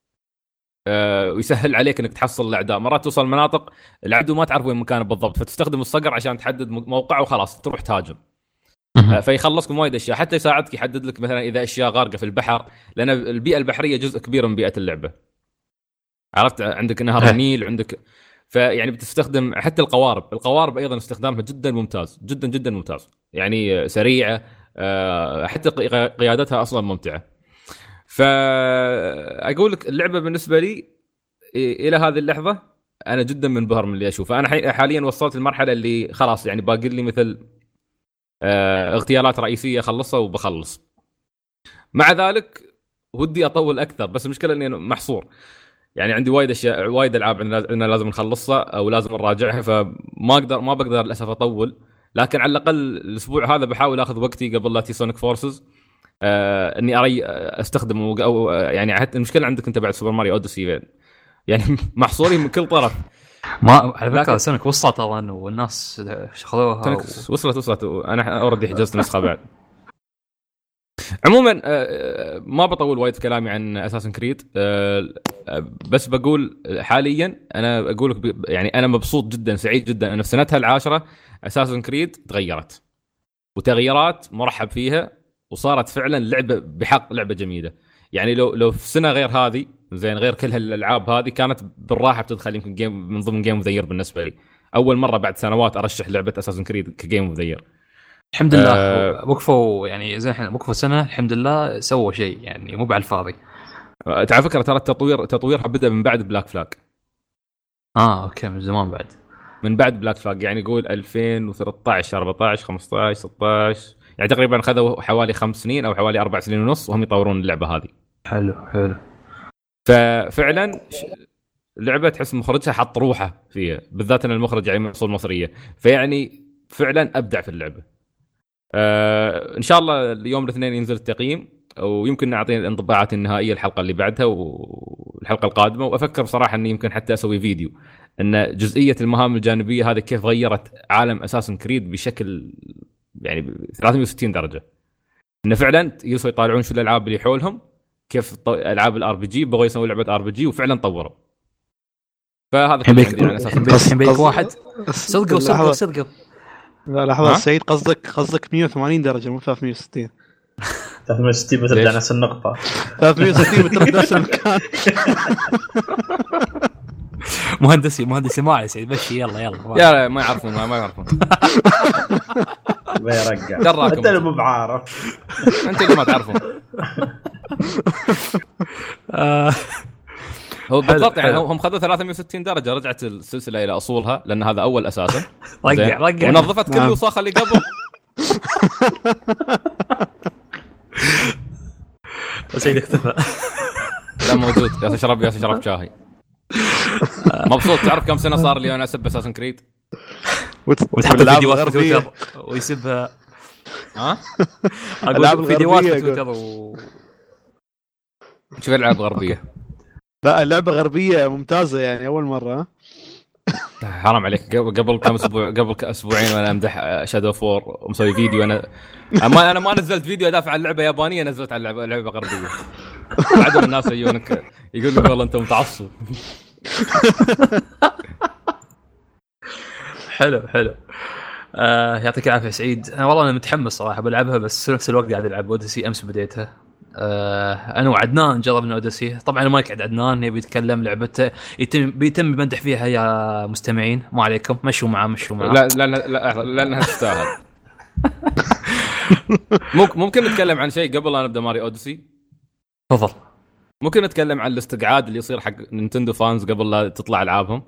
ويسهل عليك انك تحصل الاعداء. مرات توصل مناطق العدو ما تعرف وين مكانه بالضبط، فتستخدم الصقر عشان تحدد موقعه وخلاص تروح تهاجم، فيخلص لكم وايد اشياء. حتى يساعدك يحدد لك مثلا اذا اشياء غارقه في البحر، لان البيئه البحريه جزء كبير من بيئه اللعبه، عرفت؟ عندك نهر النيل، عندك فيعني بتستخدم حتى القوارب. القوارب ايضا استخدامها جدا ممتاز، جدا جدا ممتاز، يعني سريعه، حتى قيادتها اصلا ممتعه. فاقول لك اللعبه بالنسبه لي الى هذه اللحظه انا جدا منبهر من اللي اشوفه. انا حاليا وصلت المرحله اللي خلاص يعني باقي لي مثل اغتيالات رئيسيه اخلصها وبخلص. مع ذلك ودي اطول اكثر، بس المشكله اني محصور، يعني عندي وايد اشياء، وايد العاب انا لازم نخلصها او لازم نراجعها، فما اقدر ما بقدر للاسف اطول. لكن على الاقل الاسبوع هذا بحاول اخذ وقتي قبل لا تي سونيك فورسز، آه اني اري استخدم أو يعني حتى المشكله عندك انت بعد سوبر ماريو اوديسي يعني محصورين من كل طرف. ما على فكره سونيك وصلت اظن والناس شغلوها و... وصلت وصلت انا اوريدي حجزت نسخه بعد. عموما ما بطول وايد في كلامي عن اساسن كريد، بس بقول حاليا انا اقول لك يعني انا مبسوط جدا سعيد جدا ان في سنتها العاشره اساسن كريد تغيرت، وتغييرات مرحب فيها، وصارت فعلا لعبه بحق لعبه جميله. يعني لو لو في سنه غير هذه زين، غير كل هالالعاب هذه كانت بالراحه بتدخل يمكن جيم من ضمن جيم اوف ذا يير بالنسبه لي. اول مره بعد سنوات ارشح لعبه اساسن كريد كجيم اوف ذا يير. الحمد لله. أه وقفوا يعني زين، احنا وقفوا سنه الحمد لله، سووا شيء يعني مو على الفاضي. على فكره ترى التطوير تطويرها بدا من بعد بلاك فلاج. اه اوكي، من زمان بعد، من بعد بلاك فلاج، يعني يقول ألفين وثلاثة عشر أربعة عشر خمسة عشر ستة عشر، يعني تقريبا خذوا حوالي خمس سنين او حوالي اربع سنين ونص وهم يطورون اللعبه هذه. حلو حلو. ففعلا اللعبه تحس مخرجها حط روحه فيها، بالذات ان المخرج يعني من اصول مصريه، فيعني فعلا ابدع في اللعبه. آه ان شاء الله اليوم الاثنين ينزل التقييم، ويمكن نعطي انطباعات النهائيه الحلقه اللي بعدها والحلقه القادمه. وافكر بصراحه اني يمكن حتى اسوي فيديو ان جزئيه المهام الجانبيه هذه كيف غيرت عالم اساسن كريد بشكل يعني ثلاثمية وستين درجه. انه فعلا يوصلوا يطالعون شو الالعاب اللي حولهم، كيف العاب الار بي جي بغوا يسوون لعبه ار بي جي وفعلا طوروا. فهذا كله عندي على اساس الحين بيك واحد صدق صدق صدق. لا لحظه سعيد، قصدك قصدك مية وثمانين درجه مو ثلاثمية وستين؟ ثلاثمية وستين بترجع نفس النقطه. ثلاثمية وستين بترجع نفس المكان. مهندسي مهندسي ما علي سعيد مشي يلا يلا يا ما يعرفون ما, ما يعرفون ما يرجع انت اللي مو بعارف انت اللي ما تعرفون. هو بالضبط يعني هم خذوا ثلاثمية وستين درجه، رجعت السلسله الى اصولها لان هذا اول اساسا رجع رجع ونظفت كل الوساخه اللي قبل. سعيد اختفى. لا موجود يا تشرب يا تشرب شاهي. مبسوط. تعرف كم سنه صار لي انا اسب اساسن كريد وتحط فيديوهات في تويتر ويسبها. ها اقول فيديوهات في تويتر و... شوف العاب غربيه. لا اللعبه غربيه ممتازه يعني اول مره. حرام عليك. قبل كم اسبوع قبل اسبوعين وانا امدح شادو فور ومسوي فيديو. انا انا انا ما نزلت فيديو ادافع عن لعبه يابانيه، نزلت عن لعبه لعبه غربيه. بعدهم الناس يجونك يقولوا والله انت متعصب. حلو حلو. آه يعطيك العافيه سعيد. انا والله انا متحمس صراحه بلعبها، بس في نفس الوقت قاعد العب اوديسي. امس بديتها. آه انا وعدنان جربنا اوديسي. طبعا ما يقعد عدنان يبي يتكلم لعبته يتم بيتم بمدح فيها يا مستمعين. ما عليكم مشوا معاه مشوا معاه. لا لا لا لانها تستاهل. ممكن نتكلم عن شيء قبل لا نبدا ماري اوديسي؟ تفضل. ممكن نتكلم عن الاستقعاد اللي يصير حق نينتندو فانز قبل لا تطلع العابهم.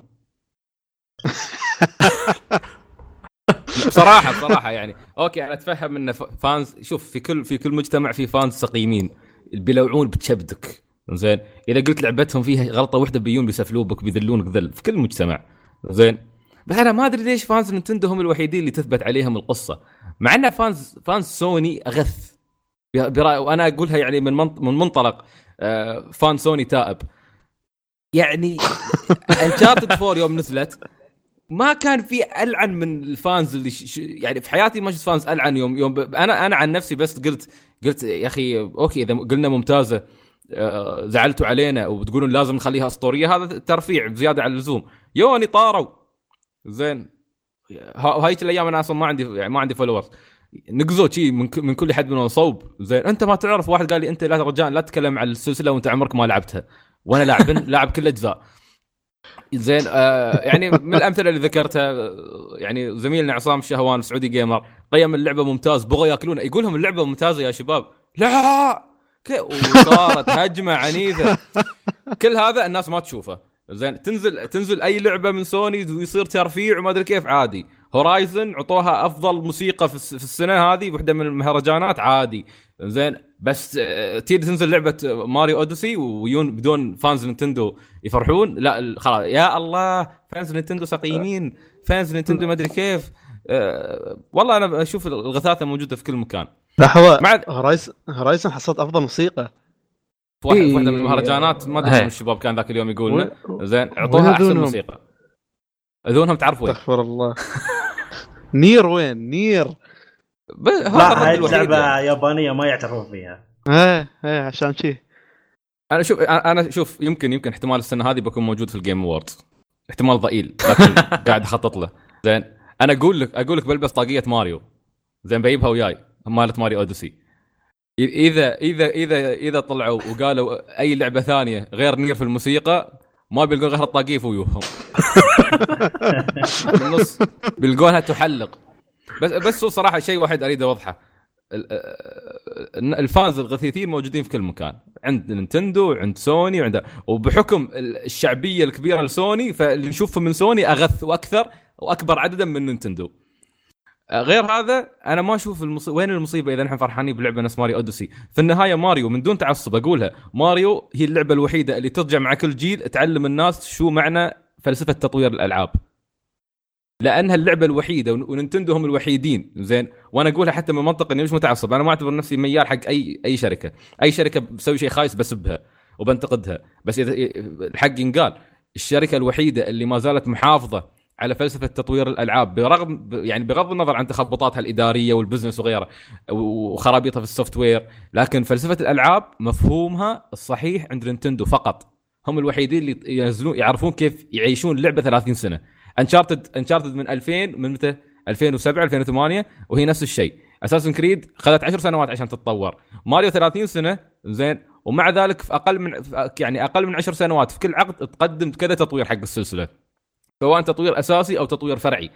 صراحه صراحه يعني اوكي انا اتفهم ان فانز، شوف في كل في كل مجتمع في فانز سقيمين بيلوعون بتشبدك زين. اذا قلت لعبتهم فيها غلطه واحده بيون بيسفلوبك بيذلونك ذل في كل مجتمع زين. بس انا ما ادري ليش فانز نينتندو هم الوحيدين اللي تثبت عليهم القصه، مع ان فانز فانز سوني اغث. وانا اقولها يعني من من منطلق فان سوني تائب. يعني انشارتد فور يوم نزلت ما كان في ألعن من الفانز اللي ش... يعني في حياتي ما شفت فانز ألعن يوم يوم ب... انا انا عن نفسي بس قلت قلت يا اخي اوكي اذا قلنا ممتازه آه زعلتوا علينا وبتقولون لازم نخليها اسطوريه، هذا ترفيع بزياده عن اللزوم. يوني طاروا زين. هاي الايام انا اصلا ما عندي يعني ما عندي فولورز، نقزوا شيء من ك... من كل حد منهم صوب زين. انت ما تعرف. واحد قال لي انت لا رجال لا تتكلم عن السلسله وانت عمرك ما لعبتها، وانا لاعب لاعب كل اجزاء زين. آه يعني من الامثله اللي ذكرتها يعني زميلنا عصام الشهوان سعودي جيمر قيم اللعبه ممتاز، بغوا ياكلونه يقول لهم اللعبه ممتازه يا شباب. لا وصارت هجمه عنيفه. كل هذا الناس ما تشوفه زين. تنزل تنزل اي لعبه من سوني ويصير ترفيع وما ادري كيف عادي. هورايزن عطوها افضل موسيقى في السنه هذه وحده من المهرجانات عادي زين. بس تيجي تنزل لعبه ماريو اوديسي ويون بدون فانز نينتندو يفرحون. لا خلاص يا الله فانز نينتندو سقيمين، فانز نينتندو ما ادري كيف. أه والله انا اشوف الغثاثه موجوده في كل مكان. لحظه مع هورايزن هورايزن حصلت افضل موسيقى في واحد واحده من المهرجانات. ما ادري الشباب كان ذاك اليوم يقولنا زين اعطوها احسن موسيقى. اذونهم تعرفوا وين؟ استغفر الله. نير وين نير؟ لا هاي لعبة يعني. يابانية ما يعترفون فيها. ايه ايه عشان شيء. انا شوف انا شوف يمكن يمكن احتمال السنة هذه بكون موجود في الجيم أواردز، احتمال ضئيل لكن قاعد اخطط له زين. انا اقول لك اقول لك بلبس طاقية ماريو زين بجيبها وياي مالة ماريو اوديسي. اذا اذا اذا اذا طلعوا وقالوا اي لعبة ثانية غير نير في الموسيقى ما بيلقون غير الطاقية في ويوهم. بالنص بيلقونها تحلق. بس بس هو صراحه شيء واحد اريد اوضحه. الفانز الغثيثين موجودين في كل مكان، عند نينتندو عند سوني وعند وبحكم الشعبيه الكبيره لسوني فاللي نشوفه من سوني اغث واكثر واكبر عددا من نينتندو. غير هذا انا ما اشوف المص... وين المصيبه اذا نحن فرحانين بلعبه نفس ماريو اوديسي. في النهايه ماريو من دون تعصب اقولها ماريو هي اللعبه الوحيده اللي ترجع مع كل جيل تعلم الناس شو معنى فلسفه تطوير الالعاب. لانها اللعبه الوحيده وننتندو هم الوحيدين زين. وانا اقولها حتى من منطق اني مش متعصب، انا ما اعتبر نفسي ميال حق اي اي شركه، اي شركه بسوي شيء خايس بسبها وبنتقدها، بس اذا الحق ينقال الشركه الوحيده اللي ما زالت محافظه على فلسفه تطوير الالعاب برغم يعني بغض النظر عن تخبطاتها الاداريه والبزنس وغيره وخرابيطها في السوفت وير، لكن فلسفه الالعاب مفهومها الصحيح عند نينتندو فقط. هم الوحيدين اللي ينزلون يعرفون كيف يعيشون لعبه ثلاثين سنه. انشارتد انشارتد من ألفين، من متى ألفين وسبعة ألفين وثمانية وهي نفس الشيء. اساسن كريد خذت عشر سنوات عشان تتطور. ماريو ثلاثين سنه زين، ومع ذلك في اقل من يعني اقل من عشر سنوات في كل عقد تقدم كذا تطوير حق السلسله، سواء تطوير اساسي او تطوير فرعي.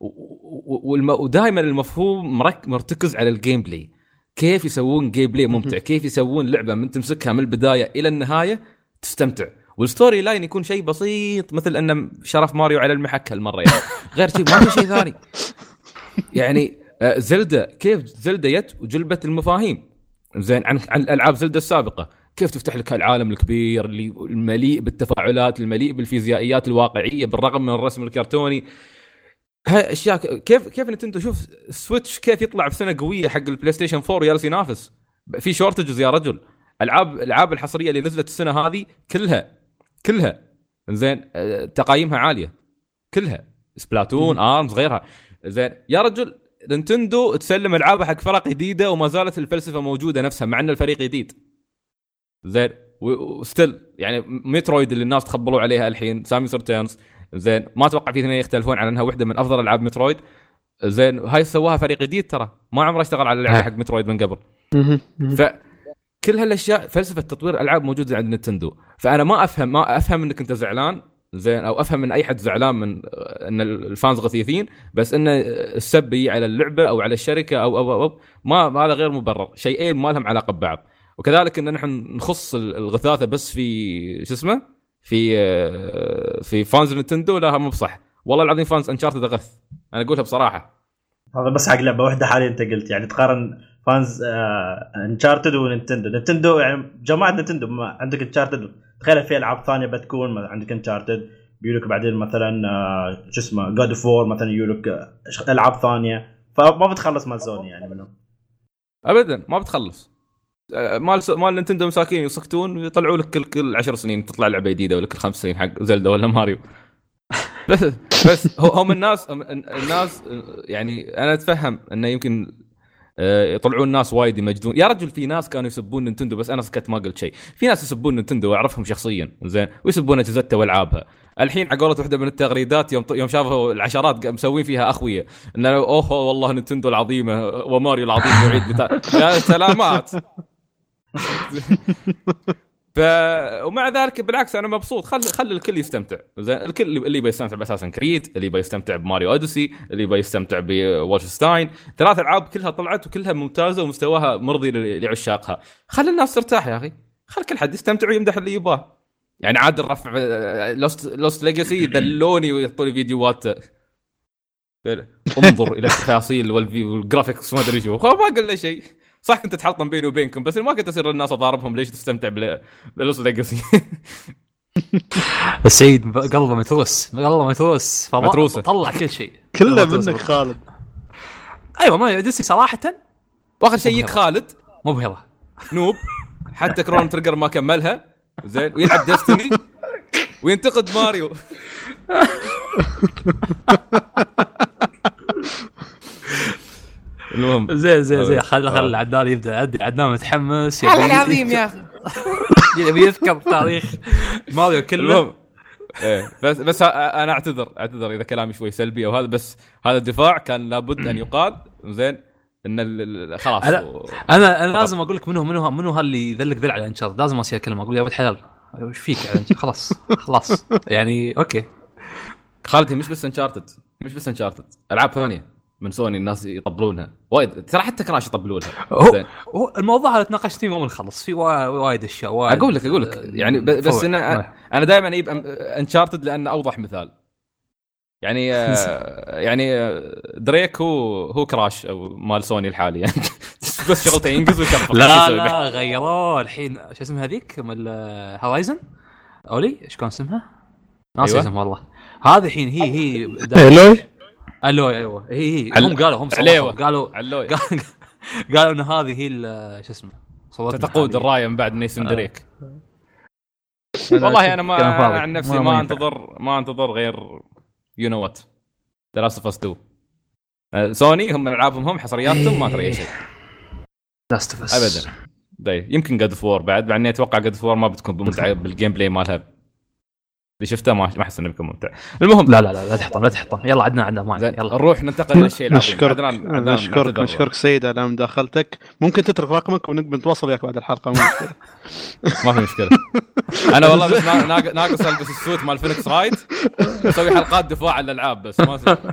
ودائما المفهوم مرتكز على الجيم بلاي، كيف يسوون جيم بلاي ممتع، كيف يسوون لعبه من تمسكها من البدايه الى النهايه تستمتع، والستوري لاين يكون شيء بسيط مثل ان شرف ماريو على المحك هالمره يعني. غير شيء ما في شيء ثاني يعني. زلدة كيف زلدة يت وجلبت المفاهيم زين عن عن الالعاب زلدة السابقه، كيف تفتح لك العالم الكبير اللي المليء بالتفاعلات المليء بالفيزيائيات الواقعيه بالرغم من الرسم الكرتوني. هاي اشياء كيف كيف نتندو شوف سويتش كيف يطلع في سنه قويه حق البلاي ستيشن فور ويالس ينافس في شورتجز يا رجل. العاب العاب الحصريه اللي نزلت السنه هذه كلها كلها زين تقايمها عاليه كلها، سبلاتون ارمز غيرها زين. يا رجل نينتندو تسلم العابها حق فرق جديده وما زالت الفلسفه موجوده نفسها مع ان الفريق جديد زين. وستيل يعني مترويد اللي الناس تخبلوا عليها الحين سامي ريتيرنز زين، ما اتوقع في اثنين يختلفون على انها واحده من افضل العاب مترويد زين. هاي سواها فريق جديد ترى ما عمره اشتغل على اللعبه حق مترويد من قبل. فكل هالاشياء فلسفه تطوير الالعاب موجوده عند نينتندو. فانا ما افهم ما افهم انك انت زعلان زين، او افهم من اي حد زعلان من ان الفانز غثيثين، بس ان السب على اللعبه او على الشركه او او, أو, أو ما هذا غير مبرر. شيئين ما لهم علاقه ببعض. وكذلك ان نحن نخص الغثاثه بس في شو اسمه في في فانز نينتندو، لا مو بصح والله العظيم. فانز انشارتد غث، انا اقولها بصراحه. هذا بس حق لعبه واحده حاليا انت قلت يعني تقارن فانز انشارتد ونينتندو. نينتندو يعني جماعه نينتندو عندك انشارتد، تخيل في العاب ثانيه بتكون عندك انشارتد بيقولك بعدين مثلا شو اسمه جاد اوف وور مثلا يقولك العاب ثانيه، فما بتخلص مال سوني يعني منهم ابدا ما بتخلص. مال مال نينتندو مساكين يسكتون ويطلعوا لك كل كل عشر سنين تطلع لعبه جديده ولا كل خمس سنين حق زلدا ولا ماريو. بس بس هم الناس الناس يعني انا اتفهم انه يمكن يطلعون الناس وايد يمجدون. يا رجل في ناس كانوا يسبون نينتندو بس انا سكت ما قلت شيء. في ناس يسبون نينتندو واعرفهم شخصيا زين ويسبون اجهزتها والعابها. الحين عقولت واحده من التغريدات يوم يوم شافوا العشرات مسوين فيها اخويه انه اوه والله نينتندو العظيمه وماريو العظيم يعيد بتاع يا سلامات. ف ومع ذلك بالعكس انا مبسوط. خل خل الكل يستمتع زين. الكل اللي بيستمتع باساسا كريد، اللي بيستمتع بماريو اوديسي، اللي بيستمتع بولفنشتاين، ثلاث العاب كلها طلعت وكلها ممتازه ومستواها مرضي لعشاقها. خل الناس ترتاح يا اخي، خل كل حد يستمتع ويمدح اللي يباه. يعني عاد الرفع لوست لوست ليجاسي ذلوني ويحطوا لي فيديوهات انظر الى التفاصيل والجرافيكس ما ادري شو. ما قال له شيء صح، كنت تحطم بيني وبينكم بس ما كنت اصير الناس اضاربهم ليش تستمتع بلوس ليجاسي. السيد قلبه متروس قلبه متروس متروسه طلع كل شيء كله منك خالد. ايوه ما يدسي صراحه. واخر شيء خالد مبهره نوب حتى كرون تريجر ما كملها زين ويلعب ديستني وينتقد ماريو. المهم زين زين زين خلي خلي عدنان يبدا يعدي. عدنان متحمس والله العظيم يا اخي يبي يذكر تاريخ ماريو كله. ايه بس بس انا اعتذر اعتذر اذا كلامي شوي سلبي او هذا، بس هذا الدفاع كان لابد ان يقال زين. ان خلاص انا و... انا, أنا لازم اقول لك منو منو منو هاللي يذلك ذل على انشارت. لازم اصير كلمه اقول يا ولد حلال وش فيك يعني خلاص خلاص يعني اوكي. خالتي مش بس انشارتد مش بس انشارتد العاب ثانيه من سوني الناس يطبلونها وايد ترى، حتى كراش يطبلونها. هو الموضوع هذا تناقشت فيه ما بنخلص فيه وايد اشياء وايد. اقول لك اقول لك يعني بس انا انا دائما اجيب انشارتد لان اوضح مثال. يعني يعني دريك هو هو كراش او مال سوني الحالي يعني بس شغلته ينقز ويشرف. لا لا غيروه الحين شو اسمها هذيك مال هورايزن اولي ايش كان اسمها؟ ناسي اسمها والله. هذه الحين هي هي الوي الوي ايوه هي هي عل- هم قالوا هم عليوة. صراحة قالوا علوي قال- قالوا ان هذه هي ال- شو اسمه صوتنا تقود الحالية. الرايه من بعد نيسن دريك. والله انا ما كلام فاضي. عن نفسي ما- ما ما ينفع. انتظر ما انتظر غير يو نو وات ذا لاست اوف اس تو. سوني هم العابهم هم حصرياتهم ما ترى اي شيء لاست اوف اس ابدا. داي يمكن جاد فور بعد مع اني اتوقع جاد فور ما بتكون ممتعه بالجيم بلاي مالها اللي شفته ما ما احس انه بيكون ممتع. المهم لا لا لا لا تحطم لا تحطم يلا عندنا عندنا ما زين، يلا نروح ننتقل للشيء العظيم. نشكرك عدنان- عدنان، نشكرك نعتذر. نشكرك سيد على مداخلتك. ممكن تترك رقمك ونقدر نتواصل وياك بعد الحلقه. ما مشكلة. ما في مشكله. انا والله بس نا- ناق- ناقص البس السوت مال فينيكس رايت اسوي حلقات دفاع عن الالعاب بس ما أسوي.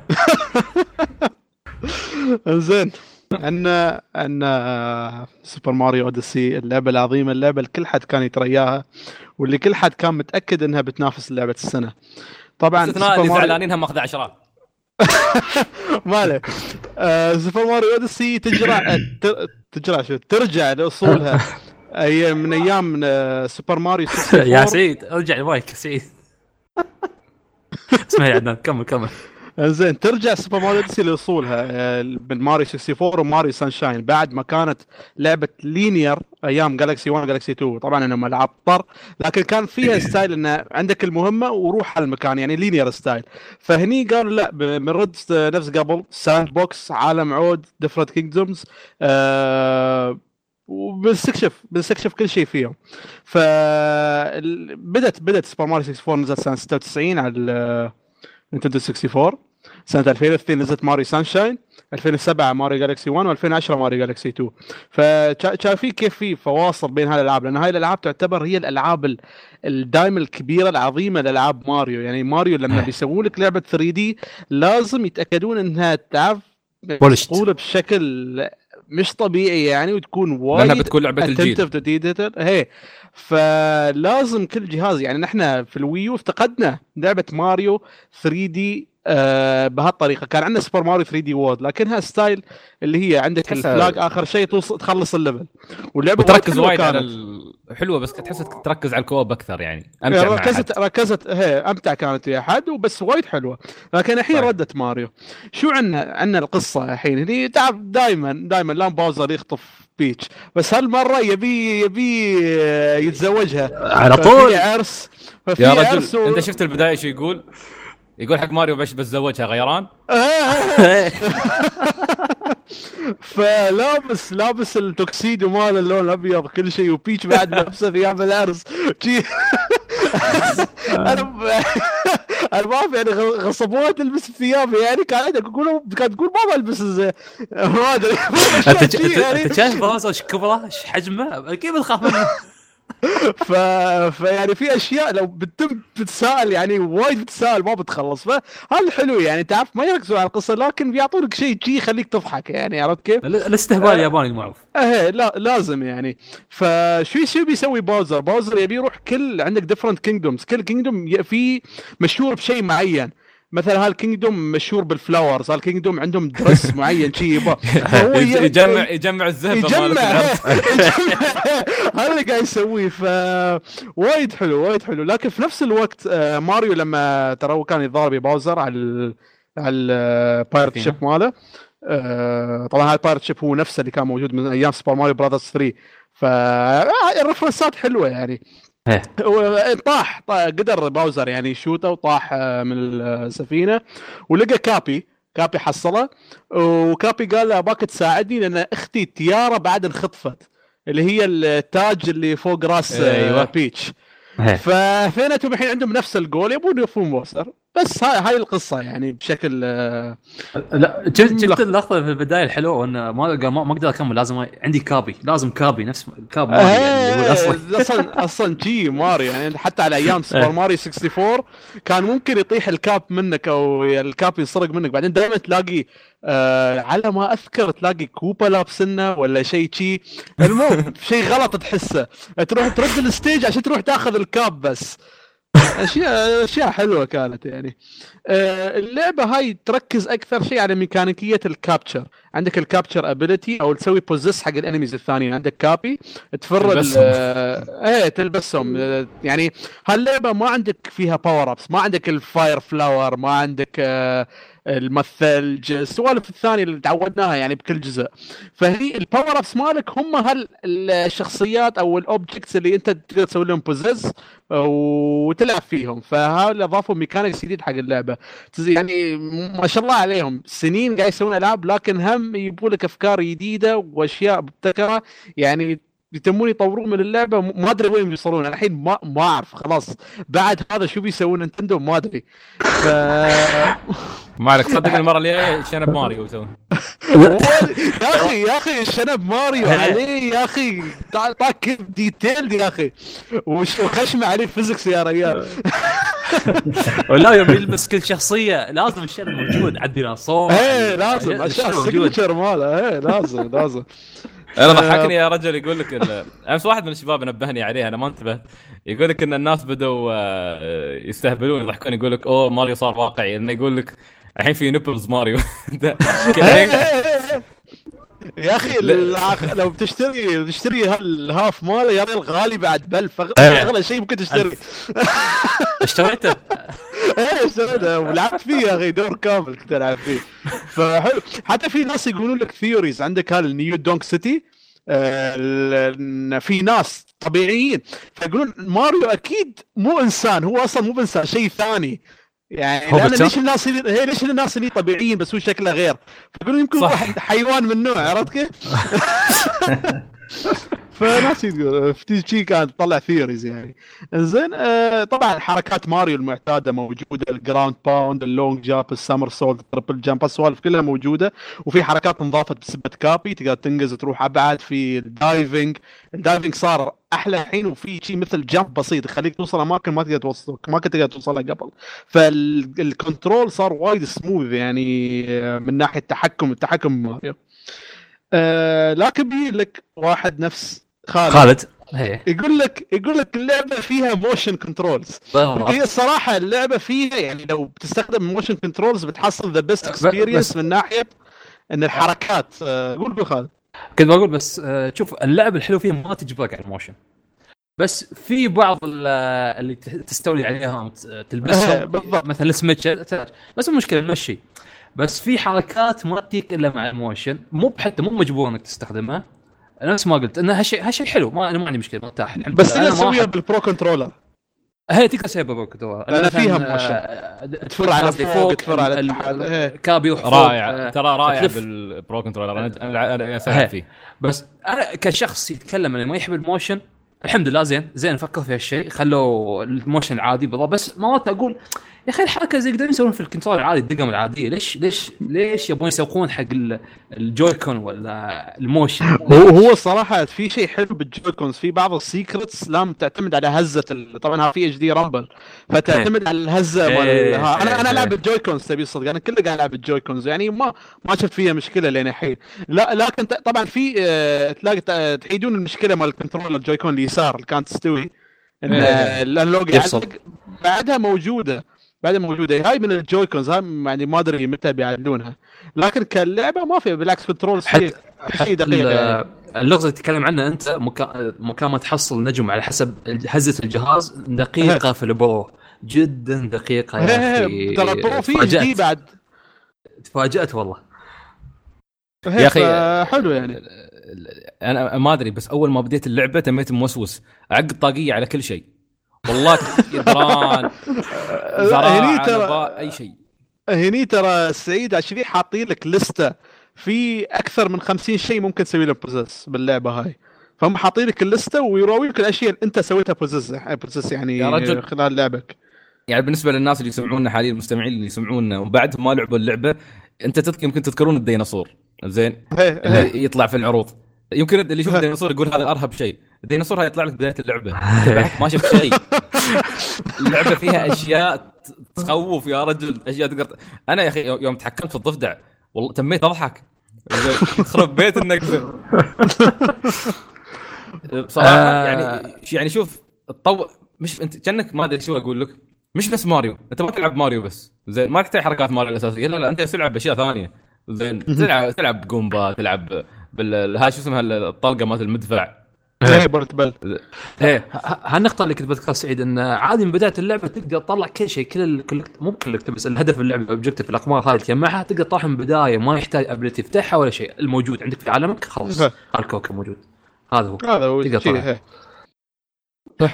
زين عندنا عندنا سوبر ماريو اوديسي، اللعبه العظيمه، اللعبه اللي كل حد كان يترياها واللي كل حد كان متاكد انها بتنافس لعبه السنه. طبعا استثناء سوبر اللي ماريو زعلانين هم ماخذ عشرات. ماله آه، سوبر ماريو اوديسي تجرع ت- تجرع شو ترجع لاصولها اي من ايام آه، سوبر ماريو ستة وستين. يا سعيد ارجع المايك سعيد. اسمع يا عدنان كمل كمل. زين ترجع سوبر ماريو اوديسي لاصولها آه، من ماريو ستة وستين وماريو سانشاين بعد ما كانت لعبه لينير ايام جالكسي واحد جالكسي اثنين. طبعا انهم العاب طر لكن كان فيها ستايل انه عندك المهمه وروح على المكان يعني لينير ستايل. فهني قالوا لا بنرد نفس قبل ساند بوكس عالم عود ديفرنت كينجدومز أه وبنستكشف بنستكشف كل شيء فيهم. فبدت بدت سوبر ماريو ستة وستين نزلت سنه ستة وتسعين على نينتندو أربعة وستين. سنة ألفين واثنين نزلت ماريو سانشاين، ألفين وسبعة ماريو جالكسي واحد، وألفين وعشرة ماريو جالكسي اثنين. فشايفين كيف في فواصل بين هالالعاب لان هاي الالعاب تعتبر هي الالعاب الدائما الكبيره العظيمه لالعاب ماريو. يعني ماريو لما بيسوون لك لعبه ثري دي لازم يتاكدون انها تعرف تقول بشكل مش طبيعي يعني وتكون وايد لانها بتكون لعبه الجيل. هي فلازم كل جهاز يعني نحن في الويو افتقدنا لعبه ماريو ثري دي آه بهالطريقه. كان عندنا سوبر ماريو ثري دي وورد لكنها ستايل اللي هي عندك الفلاج اخر شيء توصل تخلص الليفل واللعبه تركز وايد على ال... حلوه بس تحس تركز على الكوب اكثر يعني امتع مع ركزت ركزت هي امتع كانت يا حد وبس وايد حلوه. لكن الحين ردت ماريو شو عندنا عندنا القصه الحين هني تعرف دائما دائما لام باوزر يخطف بيتش بس هالمره يبي يبي يتزوجها على طول عرس. يا رجل و... انت شفت البدايه شو يقول يقول حق ماريو باش بتزوجها غيران. فلابس لابس التوكسيدو مال اللون الابيض كل شيء وبيتش بعد نفسه ثياب العرس. انا انا ما اعرف يعني غصبوها تلبس الثياب يعني كانت تقول كانت تقول ما بلبس ما ادري. انت شايف راسه ايش كبره ايش حجمه كيف تخاف منه. ف... فيعني في اشياء لو بتم بتسال يعني وايد بتسال ما بتخلص. فهذا حلو يعني تعرف ما يركزوا على القصه لكن بيعطونك شيء شيء يخليك تضحك يعني عرفت كيف الاستهبال الياباني المعروف. ايه لا لازم يعني. فشو شو بيسوي باوزر باوزر يبي يروح كل عندك ديفرنت كينجدومز كل كينجدوم في مشهور بشيء معين. مثلا هالكينجدوم مشهور بالفلاورز هالكينجدوم عندهم درس معين شيء يبا يجمع يجمع الذهب يجمع هذا اللي قاعد يسويه. ف وايد حلو وايد حلو. لكن في نفس الوقت ماريو لما ترى كان يتضارب باوزر على ال... على البايرت شيب ماله. طبعا هاي البايرت شيب هو نفسه اللي كان موجود من ايام سوبر ماريو براذرز ثري. فالرفرنسات حلوه يعني. طاح, طاح قدر باوزر يعني شوته وطاح من السفينه ولقى كابي كابي حصله وكابي قال له اباك تساعدني لان اختي تيارا بعد انخطفت اللي هي التاج اللي فوق راس أيوة. بيتش. فاثنيناتهم الحين عندهم نفس الجول يبون يوفون باوزر. بس هاي هاي القصه يعني بشكل لا شفت اللقطه في البدايه الحلوه وان ما ما اقدر اكمل لازم عندي كابي لازم كابي نفس الكاب ماريو يعني اللي هو اصلا اصلا اصلا جي ماريو يعني حتى على ايام سوبر ماريو ستة وستين كان ممكن يطيح الكاب منك او الكاب ينسرق منك بعدين دائما تلاقي آه على ما اذكر تلاقي كوبا لابسنه ولا شيء شيء المهم شيء غلط تحسه تروح ترد الستيج عشان تروح تاخذ الكاب. بس اشياء اشياء حلوه كانت يعني. آه اللعبه هاي تركز اكثر شيء على ميكانيكيه الكابتشر. عندك الكابتشر ابيليتي او تسوي بوزيس حق الانميز الثانيين. عندك كابي تفر ايه تلبسهم يعني. هاللعبه ما عندك فيها باور ابس ما عندك الفاير فلاور ما عندك آه المثل السوالف الثانيه اللي تعودناها يعني بكل جزء. فهني الباور ابس مالك هم هالشخصيات او الاوبجكتس اللي انت تقدر تسوي لهم بوزيس وتلعب فيهم. فهذا اضافوا ميكانيكس جديد حق اللعبه يعني ما شاء الله عليهم، سنين قاعد يسوون العاب لكن هم يجيبوا لك افكار جديده واشياء مبتكره يعني يتمون يطورون من اللعبه. ما ادري وين بيوصلون الحين، ما ما اعرف خلاص بعد هذا شو بيسوون نينتندو ما ادري. ف ما عليك صدق المره اللي جايه شنب ماريو يسوون. يا اخي يا اخي شنب ماريو عليه يا اخي طاق كيف ديتيل يا اخي وش خشمه عليه فيزكس يا ريال. ولا يوم يلبس كل شخصيه لازم الشنب موجود على الديناصور. ايه لازم عشان السيجنتشر ماله ايه لازم لازم. انا ضحكني يا رجل يقول لك امس واحد من الشباب نبهني عليها انا ما انتبهت، يقول لك ان الناس بدوا يستهبلون يضحكون يقول لك اوه ماريو صار واقعي، انه يقول لك الحين في نيبلز ماريو. يا اخي لو بتشتري تشتري هالهاف ماله يا ريال غالي بعد بلف اغلى شيء ممكن تشتري. اشتريته ايه اشتريته ولعبت فيه يا اخي دور كامل كنت العب فيه فحلو. حتى في ناس يقولون لك ثيوريز عندك هالنيو دونك سيتي آه في ناس طبيعيين فيقولون ماريو اكيد مو انسان، هو اصلا مو انسان شيء ثاني يعني. لأن ليش الناس اللي هي ليش الناس اللي طبيعيين بس هو شكله غير، فيقولون يمكن واحد حيوان من نوع عرفت كيف. فناس يقول فتيجي كانت تطلع ثيوريز يعني. زين آه طبعا حركات ماريو المعتاده موجوده، الجراوند باوند، اللونج جامب، السمر سولد، التربل جامب، السوالف كلها موجوده. وفي حركات انضافت بسبه كابي تقدر تنقز وتروح ابعد. في الدايفنج الدايفنج صار احلى الحين، وفي شيء مثل جامب بسيط يخليك توصل اماكن ما تقدر توصل ما كنت تقدر توصلها قبل. فالكنترول صار وايد سموث يعني من ناحيه التحكم التحكم ماريو. آه لكن بي لك واحد نفس خالد, خالد. يقول لك يقول لك اللعبه فيها موشن كنترولز. هي الصراحه اللعبه فيها يعني لو بتستخدم موشن كنترولز بتحصل ذا بيست اكسبيرينس من ناحيه ان الحركات. آه قول قول خالد. كنت بقول بس آه شوف اللعبه الحلو فيها ما تجبرك على الموشن، بس في بعض اللي تستولي عليها تلبسها مثلا سميتش بس المشكله المشي، بس في حركات ما تجيك الا مع الموشن، مو حتى مو مجبور انك تستخدمها. نفس ما قلت انها هالشيء هالشيء حلو، ما انا ما عندي مشكله مرتاح. بس انا اسويها بالبرو كنترولر، هي تقدر تسويها بالبرو كنترولر لان فيها موشن تفر على فوق تفر على تحت كابي وحفوق. رائع ترى رائع بالبرو كنترولر انا انا اسوي فيه. بس انا كشخص يتكلم انه ما يحب الموشن الحمد لله زين زين فكر في هالشيء خلوا الموشن العادي بالضبط. بس مرات اقول يا اخي الحركه زي يقدرون يسوون في الكنترول العادي الدقم العاديه، ليش ليش ليش يبون يسوقون حق الجويكون ولا الموشن؟ هو هو الصراحه في شيء حلو بالجويكونز، في بعض السيكرتس لام تعتمد على هزه ال... طبعا ها في اتش دي رامبل فتعتمد على الهزه مال ها. انا انا العب الجويكونز تبي صدق انا كله قاعد العب الجويكونز يعني ما ما شفت فيها مشكله لين الحين. لا لكن طبعا في اه تلاقي تحيدون المشكله مال الكنترول الجويكون اليسار اللي كانت تستوي ان اللوج بعدها موجوده بعدها موجوده هاي من الجويكونز هاي يعني ما ادري متى بيعدلونها، لكن كاللعبه ما في بالعكس كنترول شيء دقيق يعني. اللغز اللي تتكلم عنه انت مكا... مكان ما تحصل نجم على حسب هزه الجهاز دقيقه في البرو جدا دقيقه يا اخي. ترى البرو فيه دي بعد تفاجأت والله يا اخي حلو يعني. انا ما ادري بس اول ما بديت اللعبه تميت موسوس اعقد طاقيه على كل شيء والله يدران هني ترى اي شيء. هني ترى سعيد عشان حاطين لك لسته في اكثر من خمسين شيء ممكن تسوي له بروسس باللعبه هاي، فهم حاطين لك اللسته ويراويك الاشياء اللي انت سويتها بروسس بروسس يعني يا رجل خلال لعبك. يعني بالنسبه للناس اللي يسمعونا حاليا المستمعين اللي يسمعونا وبعد ما لعبوا اللعبه انت تذكر يمكن تذكرون الديناصور زين يطلع في العروض، يمكن اللي يشوف الديناصور يقول هذا ارهب شيء. الديناصور هيطلع لك بدايه اللعبه ما شفت شيء. اللعبه فيها اشياء تخوف يا رجل، اشياء تقدر. انا يا اخي يوم تحكمت في الضفدع والله تميت اضحك خرب بيت النقزه بصراحه. يعني يعني شوف الطو مش انت كانك ما ادري شو اقول لك، مش بس ماريو انت ما تلعب ماريو بس زين ما تحتاج حركات ماريو الاساسيه، لا لا انت تلعب باشياء ثانيه زين تلعب تلعب جومبا تلعب بال هاي شو اسمها الطلقه مالت المدفع ايه بورتبل. ايه هالنقطه اللي كنت بذكرها سعيد، ان عادي من بدايه اللعبه تقدر تطلع كل شيء، كل ال... كل مو كل بس الهدف اللعبه الاوبجيكتيف الاقمار هذه تجمعها، تقدر تطلعها من البدايه، ما يحتاج ابلتي تفتحها ولا شيء، الموجود عندك في عالمك خلاص الكوكب موجود. هذا هو هذا هو تقدر شيء. ف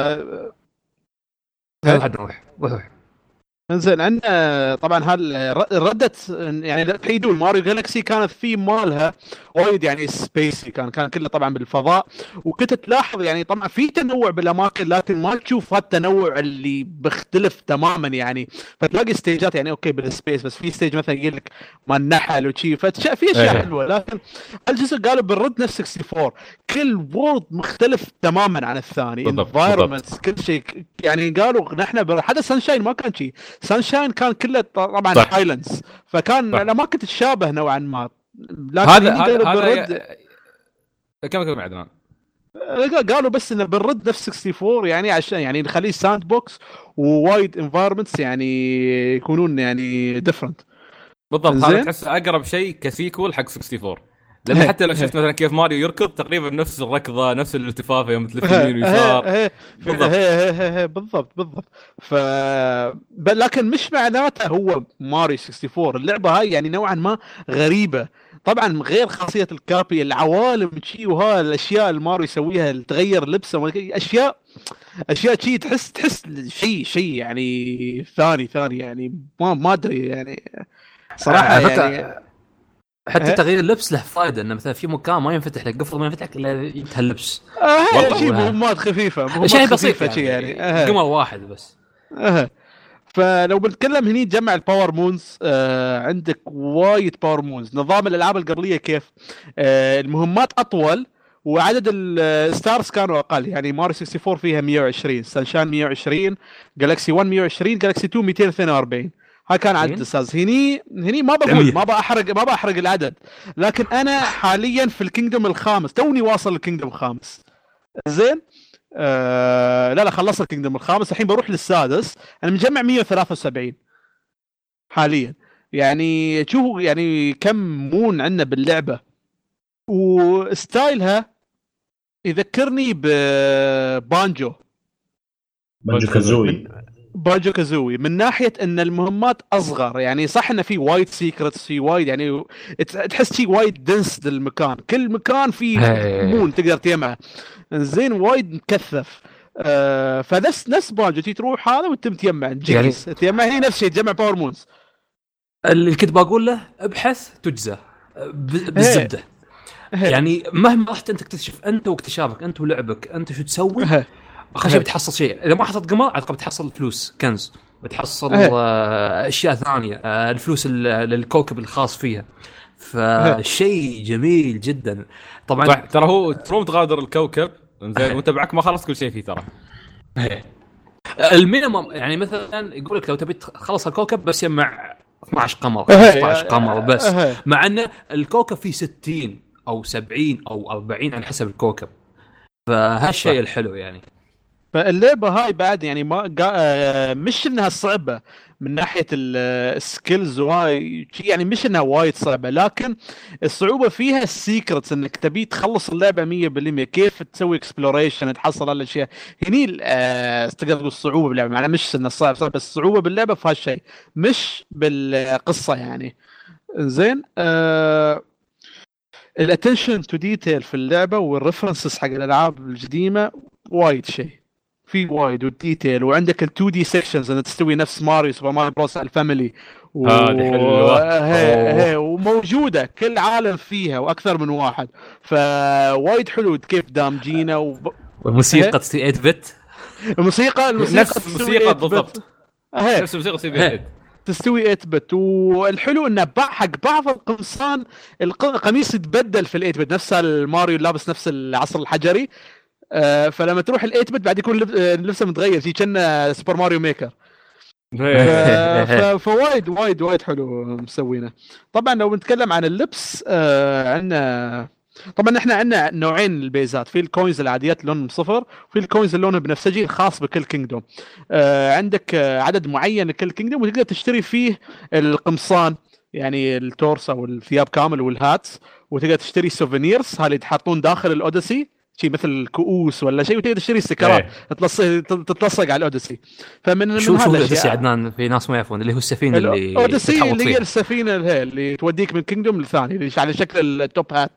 واحد روح روح انزين. عندنا طبعا هال ردت يعني تحيدون ماريو جالكسي كانت في مالها وايد يعني سبيسي، كان كان كله طبعا بالفضاء، وكنت تلاحظ يعني طبعا في تنوع بالاماكن، لكن ما تشوف هالتنوع اللي بيختلف تماما يعني. فتلاقي ستيجات يعني اوكي بالسبيس، بس في ستيج مثلا يقول لك ما النحل وشي، فشيء في اشياء حلوه. لكن الجزء قالوا بالرد نفس أربعة وستين، كل وورد مختلف تماما عن الثاني، انفايرمنتس كل شيء يعني. قالوا نحن حتى سانشاين ما كان شيء، سانشاين كان كله طبعا هايلاندز، فكان الاماكن تتشابه نوعا ما. لكن هذا هذا بالرد كم كم عدنان قالوا بس انه بالرد نفس أربعة وستين يعني، عشان يعني نخليه ساند بوكس ووايد انفايرمنتس يعني يكونون يعني ديفرنت. بالضبط، هذا تحس اقرب شيء كسيكول حق أربعة وستين، لان حتى لو شفت مثلا كيف ماريو يركض تقريبا نفس الركضه، نفس الالتفافه يوم تلف يمين ويسار. بالضبط بالضبط بالضبط. ف لكن مش معناته هو ماريو أربعة وستين. اللعبه هاي يعني نوعا ما غريبه طبعا، غير خاصيه الكابي، العوالم شيء وها الاشياء اللي ماريو يسويها، تغير لبسه، اشياء اشياء شيء تحس تحس شيء شيء يعني ثاني ثاني يعني، ما ما ادري يعني صراحه يعني. حتى أه؟ تغيير اللبس له فائده، انه مثلا في مكان ما ينفتح لك قفل ما ينفتح لك الا ينتهي اللبس. اه شيء مهمات خفيفه، شيء بسيط شيء يعني, يعني. قمر واحد بس. اه فلو بنتكلم هني جمع الباور مونز، آه عندك وايد باور مونز. نظام الالعاب القبليه كيف آه المهمات اطول وعدد الستارز كانوا اقل يعني. ماريو أربعة وستين فيها مية وعشرين، سانشان مية وعشرين، جالكسي واحد مية وعشرين، جالكسي اثنين مئتين واثنين وأربعين. هاي كان عدد الستارز. هني هني ما بقول ما بحرق ما بحرق العدد، لكن انا حاليا في الكينجدوم الخامس، توني واصل الكينجدوم الخامس. زين آه لا لا خلصت الكينجدوم الخامس، الحين بروح للسادس. انا مجمع مية وثلاثة وسبعين حاليا يعني. شوفوا يعني كم مون عندنا باللعبه، وستايلها يذكرني ببانجو بانجو كازوي بانجو كازوي من ناحيه ان المهمات اصغر يعني. صح انه في وايد سيكرتس، في وايد يعني تحس شيء وايد دنس للمكان، كل مكان فيه مون تقدر تجمعه. زين وايد مكثف. آه فنفس نفس بانجو تي تروح هذا وتم تجمع جيس يعني تجمع هي نفس الشيء، تجمع باور مونز. اللي كنت بقول له ابحث تجزى بالزبده يعني. مهما رحت انت تكتشف انت واكتشافك انت ولعبك انت شو تسوي، اخر شيء بتحصل شيء. اذا ما حصلت قمر عقب بتحصل فلوس كنز، بتحصل آه اشياء ثانيه، آه الفلوس للكوكب الخاص فيها. فشيء جميل جدا طبعا. ترى هو تروم تغادر الكوكب زين وانت معك ما خلصت كل شيء فيه ترى. المينيمم يعني مثلا يقول لك لو تبي تخلص الكوكب بس يجمع اثنا عشر قمر خمسة عشر قمر بس، مع ان الكوكب فيه ستين او سبعين او أربعين على حسب الكوكب. فهالشيء الحلو يعني. فاللعبه هاي بعد يعني ما مش انها صعبه من ناحيه السكيلز وهاي يعني، مش انها وايد صعبه، لكن الصعوبه فيها السيكرتس، انك تبي تخلص اللعبه مية بالمية، كيف تسوي اكسبلوريشن تحصل على الاشياء. هني آه تقدر تقول الصعوبه باللعبه، معناها مش انه صعب صعب، بس الصعوبه باللعبه في هالشيء مش بالقصه يعني. زين آه الاتنشن تو ديتيل في اللعبه والريفرنسز حق الالعاب القديمه وايد شيء، في وايد والديتيل. وعندك ال تو دي سيكشنز انها تستوي نفس ماريو سوبر ماريو بروس الفاميلي و... هي هي وموجوده كل عالم فيها واكثر من واحد، فوايد حلو كيف دامجينا و... والموسيقى ثمانية بت. الموسيقى الموسيقى نفس الموسيقى بالضبط، نفس الموسيقى ثمانية تستوي ثمانية بت. والحلو انه حق بعض القمصان القميص يتبدل في ال ثمانية بت، نفس الماريو لابس نفس العصر الحجري. آه فلما تروح ال ثمانية بت بعد يكون لبسه متغير شيء كأنه سوبر ماريو ميكر. فوايد وايد وايد حلو مسوينه. طبعا لو بنتكلم عن اللبس آه عندنا طبعا احنا عندنا نوعين البيزات، في الكوينز العاديات لونهم صفر، وفي الكوينز اللون بنفسجي الخاص بكل كينجدوم. آه عندك آه عدد معين لكل كينجدوم وتقدر تشتري فيه القمصان يعني التورس او الثياب كامل والهاتس، وتقدر تشتري سوفينيرز هاللي يتحطون داخل الاوديسي شيء مثل كؤوس ولا شيء، وتقدر تشتري استيكرات تلصق تتلصق على الاوديسي. فمن من شو شو هذا الاوديسي عدنان؟ في ناس ما يعرفون اللي هو السفينه اللي الاوديسي اللي هي السفينه اللي, اللي توديك من كينجدوم للثاني اللي على شكل التوب هات.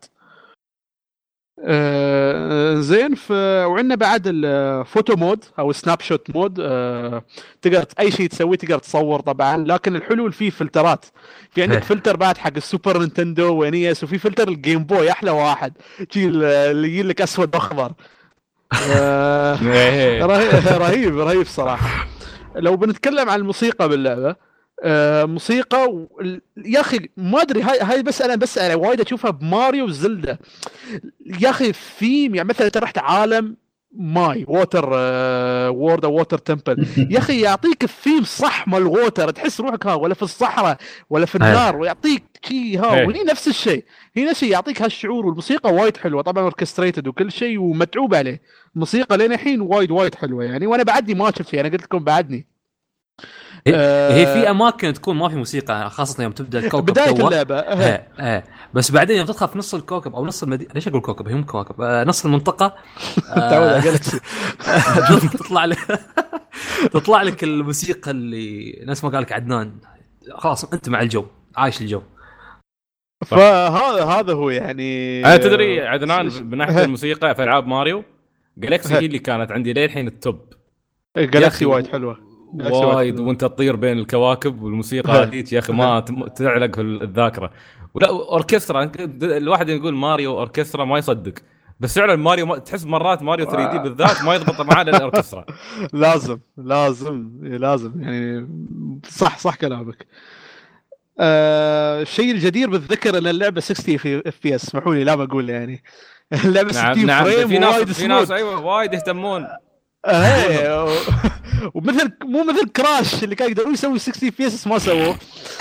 آه زين. ف وعندنا بعد الفوتو مود او سناب شوت مود. آه تقدر اي شيء تسويه تقدر تصور طبعا، لكن الحلو فيه فلترات. في عندك فلتر بعد حق السوبر نينتندو ونيس، وفي فلتر الجيم بوي احلى واحد شيء اللي يجي لك اسود واخضر. آه رهيب رهيب صراحه. لو بنتكلم عن الموسيقى باللعبه، آه موسيقى و... يا اخي ما ادري هاي هاي بس انا بس انا وايد اشوفها بماريو وزلدا يا اخي. ثيم يعني مثلا انت رحت عالم ماي ووتر آه وورد ووتر تمبل يا اخي، يعطيك الثيم صح مال الووتر، تحس روحك ها ولا في الصحراء ولا في النار، ويعطيك شيء ها. وهي نفس الشيء، هي نفس الشيء يعطيك هالشعور. والموسيقى وايد حلوه طبعا، اوركستريتد وكل شيء ومتعوب عليه. الموسيقى لين الحين وايد وايد حلوه يعني، وانا بعدني ما شفت فيها. انا قلت لكم بعدني هي في اماكن تكون ما في موسيقى، خاصه يوم تبدا الكوكب بدايه اللعبه. اه اه بس بعدين يوم تدخل في نص الكوكب او نص المدينه، ليش اقول كوكب؟ هي مو كوكب، آه نص المنطقه. تعود جالكسي. تطلع لك تطلع لك الموسيقى اللي نفس ما قال لك عدنان، خلاص انت مع الجو، عايش الجو. فهذا هذا هو يعني. انا تدري عدنان من ناحيه الموسيقى في العاب ماريو جالكسي هي اللي كانت عندي للحين التوب. جالكسي وايد حلوه وايد، وانت تطير بين الكواكب والموسيقى هذيك يا اخي ما تعلق في الذاكره. ولا اوركسترا، الواحد يقول ماريو اوركسترا ما يصدق، بس فعلا ماريو ما تحس مرات ماريو ثري دي بالذات ما يضبط معاه الاوركسترا. لازم لازم لازم يعني. صح صح كلامك. آه الشيء الجدير بالذكر ان اللعبه ستين اف بي اس، اسمحوا لي لا بقول يعني اللعبه نعم ستين نعم فريم. في ناس وايد في ناس ايوه وايد يهتمون. ايه ومثل مو مثل كراش اللي كان يقدروا يسوي ستين اف بي اس ما سووه.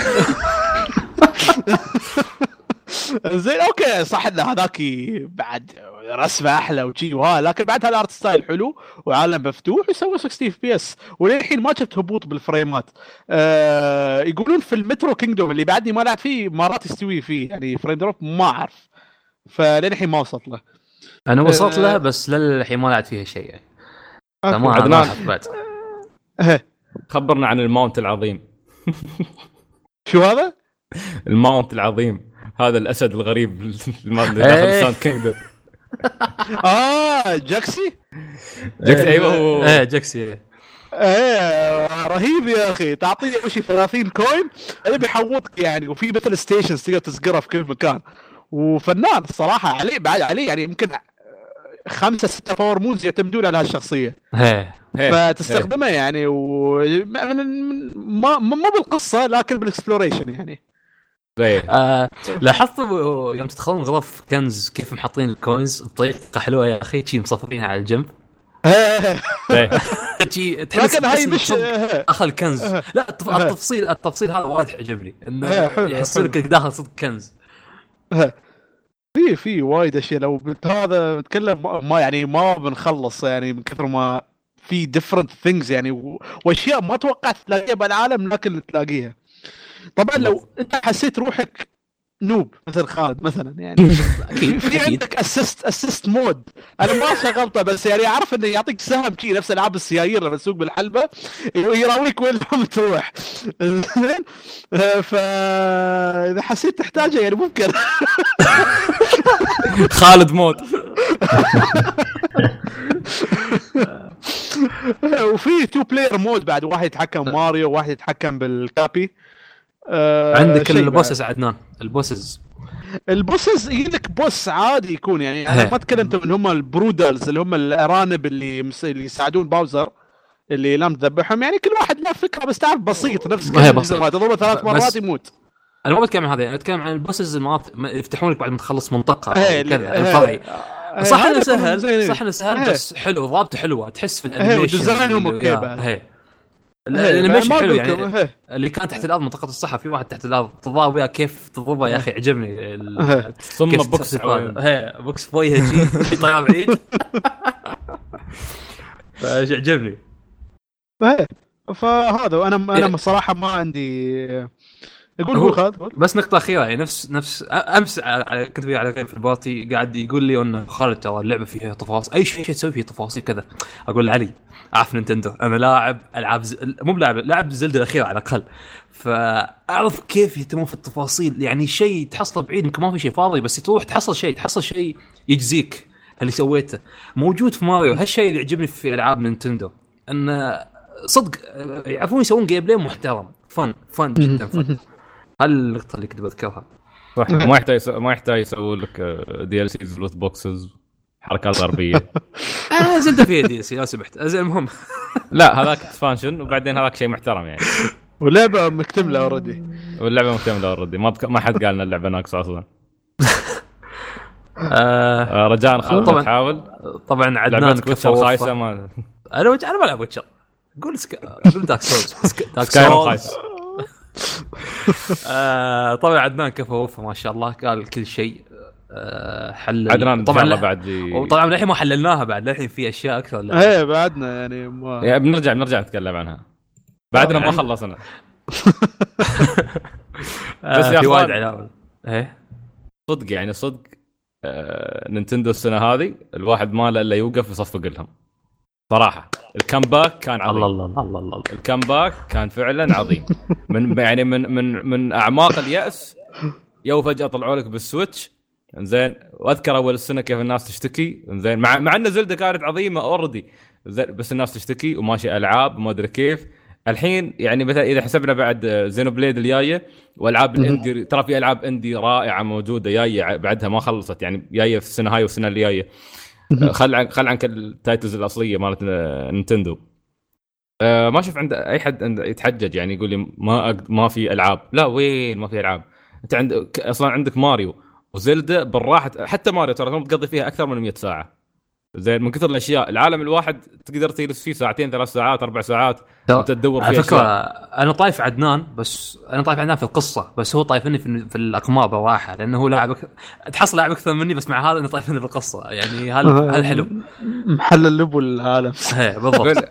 زين اوكي صح ان هذاك بعد رسمه احلى وشي وها، لكن بعد هالارت ستايل حلو وعالم مفتوح يسوي ستين اف بي اس. وللحين ما شفت هبوط بالفريمات. آه يقولون في المترو كينجدوم اللي بعدني ما لعبت فيه مرات يستوي فيه يعني فريم دروب، ما اعرف، فللحين ما وصلت له. انا وصلت له بس للحين ما لعبت فيها شيء يعني. تمام عدنان خبرنا عن الماونت العظيم. شو هذا الماونت العظيم؟ هذا الاسد الغريب اللي داخل ساند كينجدوم. اه جاكسي جاكسي ايوه ايه جاكسي ايه رهيب يا اخي. تعطيني وشي ثلاثين كوين اللي بيحوطك يعني، وفي مثل ستيشنز تقدر تسقرها في كل مكان. وفنان الصراحه عليه بعد عليه يعني يمكن خمسة ستة باور مونز يعتمدون على هالشخصيه فتستخدمها يعني. وما ما بالقصه لكن بالاكسبلوريشن يعني. آه لاحظتوا يوم تدخلون غرف كنز كيف محطين الكوينز بطريقه حلوه يا اخي، شيء مصفرينها على الجنب. شيء تحس هاي مش اخذ الكنز. لا التفصيل التفصيل هذا واضح عجبني انه يحس لك داخل صدق كنز. في في وايد اشياء لو هذا نتكلم ما يعني ما بنخلص يعني من كثر ما في different things يعني، واشياء ما توقعت تلاقيها بالعالم لكن تلاقيها. طبعا لو انت حسيت روحك نوب مثل خالد مثلا يعني في عندك اسيست اسيست مود. انا ما شغلته بس يعني اعرف انه يعطيك سهم شيء نفس العاب السيايير لما تسوق بالحلبه يراويك وين ما تروح. زين فاذا حسيت تحتاجه يعني ممكن خالد مود. وفي تو بلاير مود بعد، واحد يتحكم ماريو وواحد يتحكم بالكابي. آه عندك البوسز عدنان. البوسز البوسز يجيك بوس عادي يكون يعني انا ما تكلمت من هم البرودلز اللي هم الارانب اللي مس... اللي يساعدون باوزر اللي لم تذبحهم يعني. كل واحد له فكره بس تعرف بسيط نفس كذا تضربه ثلاث مرات يموت. انا ما بتكلم عن هذا، انا اتكلم عن البوسز المناطق يفتحون لك بعد ما تخلص منطقه كذا الفرعي. صح انه سهل صح انه سهل بس حلو، ضابطه حلوه تحس في الانيميشن ديزاينهم اوكي بعد. الانيميشن حلو يعني. اللي كان تحت الارض منطقه الصحه في واحد تحت الارض تضارب وياه كيف تضربه يا اخي عجبني. ثم بوكس هي بوكس فويها شيء طيار بعيد فعجبني. فهذا انا انا بصراحه ما عندي يقول قول خالد قول. بس نقطة أخيرة يعني نفس نفس أمس على كنت على غير في البارتي قاعد يقول لي إنه خالد ترى اللعبة فيها تفاصيل أي شيء تسوي فيه تفاصيل كذا. أقول علي أعرف نينتندو أنا لاعب ألعاب ز... مو بلاعب لاعب زلدة الأخيرة على الأقل فأعرف كيف يهتمون في التفاصيل يعني شيء تحصله بعيد يمكن ما في شيء فاضي بس تروح تحصل شيء تحصل شيء يجزيك اللي سويته موجود في ماريو. هالشيء اللي يعجبني في ألعاب نينتندو إن صدق يعرفون يسوون جيم بلاي محترم فن فن جدا فن. هالنقطة اللي كنت بذكرها صح. ما يحتاج يسو... ما يحتاج يسوي لك دي ال سيز لوت بوكسز حركات غربيه. اه زلت فيها دي سي لا سمحت زين المهم. لا هذاك اكسبانشن وبعدين هذاك شيء محترم يعني. ولعبه مكتمله اوريدي واللعبه مكتمله اوريدي ما بك... ما حد قال لنا اللعبه ناقصه اصلا. آه رجاء خالد طبعا تحاول. طبعا عدنان كفو خايسه ما انا وجه انا بلعب ويتشر قول سك... قول دارك سولز دارك سولز. آه طبعا عدنان كفو ما شاء الله قال كل شيء. آه حل عدنان طبعا لا بعد لي... وطبعا الحين ما حللناها بعد الحين في اشياء اكثر. ايه بعدنا يعني ما يا بنرجع بنرجع نتكلم عنها بعدنا ما خلصنا. بس يا وايد علاوه ايه صدق يعني صدق. آه نينتندو السنه هذه الواحد ما له الا يوقف يصفق لهم صراحه. الكامباك كان عظيم. الله الله الله الله الكامباك كان فعلا عظيم. من يعني من من من اعماق الياس يو فجاه طلعوا لك بالسويتش زين. واذكر اول السنه كيف الناس تشتكي زين مع مع ان زلدة كانت عظيمه اوريدي بس الناس تشتكي وماشي العاب وما ادري كيف. الحين يعني مثلا اذا حسبنا بعد زينو بليد الجايه والعاب الاندي ترى في العاب اندي رائعه موجوده جايه بعدها ما خلصت يعني جايه في السنه هاي والسنه اللي جايه. خل عن خل عنك التايتلز الاصليه مالت نينتندو. أه ما شوف عند اي حد يتحجج يعني يقول لي ما أقد... ما في العاب. لا وين ما في العاب. انت عندك اصلا عندك ماريو وزلدة بالراحه. حتى ماريو ترى تقضي فيها اكثر من مية ساعه زين من كثر الاشياء. العالم الواحد تقدر تجلس فيه ساعتين ثلاث ساعات اربع ساعات انت تدور فيها. على فكره انا طايف عدنان بس انا طايف عدنان في القصه بس هو طايفني في, في الاقمار بواحه لانه هو لاعب تحصل لاعب اكثر مني بس مع هذا انه طايفني في القصه يعني هذا الحلو محل اللب والعالم. ايه بالضبط.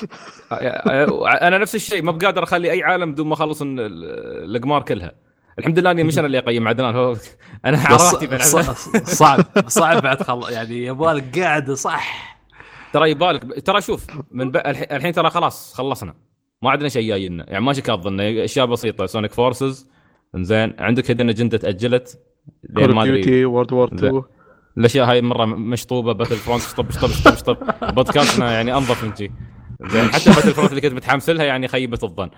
انا نفس الشيء ما بقادر اخلي اي عالم بدون ما اخلص الاقمار كلها. الحمد لله اني مش انا اللي اقيم عدنان انا عرفتي صعب صعب بعد خل يعني يبالك قاعد صح. ترى يبالك ترى شوف من ب... الحين ترى خلاص خلصنا ما عندنا شيء جاينا يعني ماشي كاظن اشياء بسيطه. سونيك فورسز انزين عندك هيدن اجنده تاجلت لين ما ادري وورد وور تو الاشياء هاي مره مشطوبه. باتل فرونت شطب شطب شطب شطب بودكاستنا يعني انظف من شيء زين. حتى باتل فرونت اللي كنت متحمس لها يعني خيبه الظن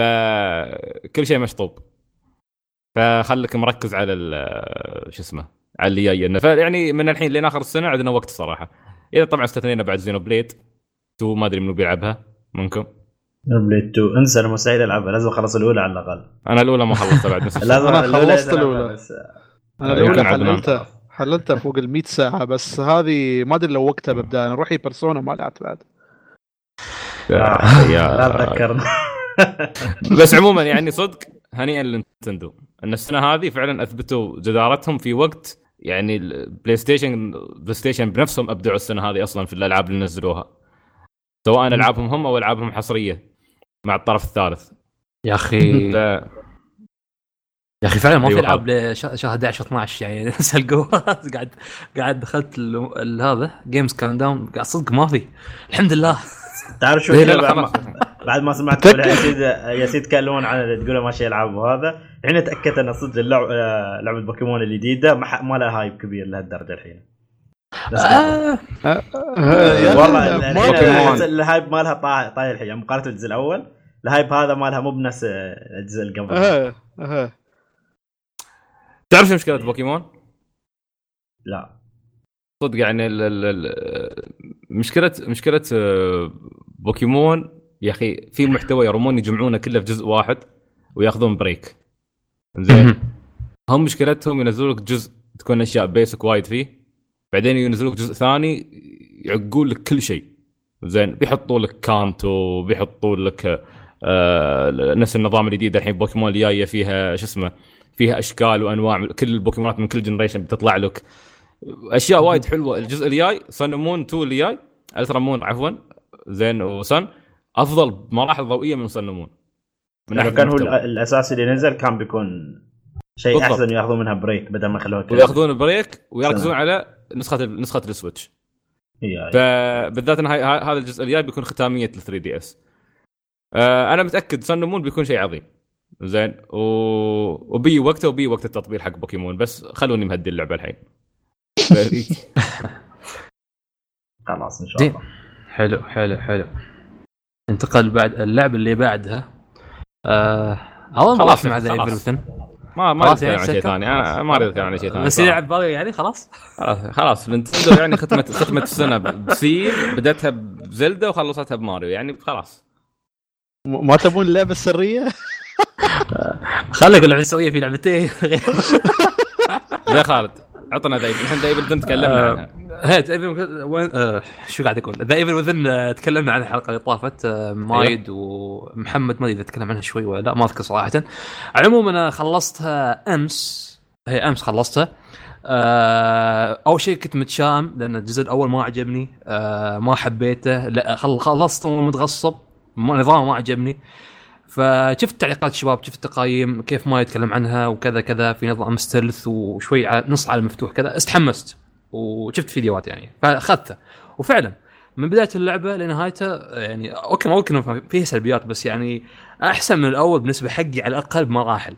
فكل شيء مشطوب. فخليك مركز على شو اسمه على اللي جاي. فيعني من الحين لين اخر السنه عندنا وقت صراحه. اذا طبعا استثنينا بعد زينو بليد تو ما ادري منو بيلعبها منكم. زينو بليد تو انسى انا مستحيل العبها لازم اخلص الاولى على الاقل. انا الاولى ما خلصتها بعد بس لازم انا خلصت الاولى. انا الاولى حللتها حللتها فوق ال مية ساعه بس هذه ما ادري لو وقتها ببدا. انا روحي بيرسونا ما لعبت بعد. يا لا تذكرنا. بس عموما يعني صدق هنيئا لنتندو ان السنه هذه فعلا اثبتوا جدارتهم في وقت يعني البلاي ستيشن بلاي ستيشن بنفسهم ابدعوا السنه هذه اصلا في الالعاب اللي نزلوها سواء العابهم هم او العابهم حصريه مع الطرف الثالث. يا اخي ف... يا اخي فعلا ما في أيوة العاب شهر احد عشر اثناشر يعني نفس القوات. قاعد قاعد دخلت ال... هذا جيمز كان داون قاعد صدق ما في الحمد لله. تعرف شو بعد ما سمعت يا سيد يا سيد تكلمون عن تقولوا ماشي العاب وهذا الحين تاكدت ان صدق اللعبه لعبه بوكيمون الجديده ما لها هايب كبير لهالدرجه الحين. والله الهايب ما لها طاير الحين مقارنه بالجزء الاول. الهايب هذا ما لها مو بنفس الجزء اللي قبل. اها اها تعرف شو مشكله بوكيمون؟ لا صدق يعني ال ال مشكله مشكله بوكيمون يا اخي في محتوى يرمون يجمعونه كله في جزء واحد وياخذون بريك زين. هم مشكلتهم ينزلوا لك جزء تكون اشياء بيسك وايد فيه بعدين ينزلوا لك جزء ثاني يعقون لك كل شيء زين. بيحطوا لك كانتو بيحطوا لك آه نفس النظام الجديد الحين بوكيمون اللي جايه فيها شو اسمه فيها اشكال وانواع كل البوكيمونات من كل جنريشن بتطلع لك اشياء وايد حلوه. الجزء اللي جاي صن مون تو اللي جاي الترا مون عفوا زين وصن افضل بمراحل ضوئيه من صن مون لو كان هو الاساسي اللي نزل كان بيكون شيء بالضبط. احسن ياخذون منها بريك بدل ما يخلوها كذا وياخذون بريك ويركزون على نسخه نسخه السويتش. فبالذات ان هذا الجزء الجاي بيكون ختاميه ل ثري دي اس. آه انا متاكد سن مون بيكون شيء عظيم زين و... وبي وقته وبي وقت التطبيل حق بوكيمون، بس خلوني مهدي اللعبه الحين. خلاص ان شاء الله. حلو حلو حلو. انتقل بعد اللعبه اللي بعدها آه اول ما مع ذا ايفل وثن ما ما اريد يعني شيء ثاني. انا ما اريد يعني شيء ثاني بس يلعب باقي يعني خلاص خلاص نينتندو يعني ختمت ختمت السنه بسيل، بدتها بزلدا وخلصتها بماريو، يعني خلاص. ما تبون اللعبه السريه؟ خليك اللعبه السريه في لعبتين يا خالد عطنا ذا ايفل. الحين ذا ايفل وذن تكلمنا عنها. هات ايفل وين آه شو قاعد يقول ذا ايفل وذن تكلمنا عن الحلقه اللي طافت. آه مايد ومحمد ما ادري اذا تكلم عنها شوي ولا لا، ما اذكر صراحه. على العموم انا خلصتها امس، هي امس خلصتها. آه اول شيء كنت متشائم لان الجزء الاول ما عجبني، آه ما حبيته، لا خلصته متغصب، نظامه ما عجبني. فشفت تعليقات الشباب، شفت تقايم كيف ما يتكلم عنها وكذا كذا، في نظام ستيلث وشوي نص عالم مفتوح كذا، استحمست وشفت فيديوهات يعني فاخذته. وفعلا من بدايه اللعبه لنهايتها يعني اوكي ممكن فيه سلبيات بس يعني احسن من الاول بالنسبه حقي على الاقل بمراحل.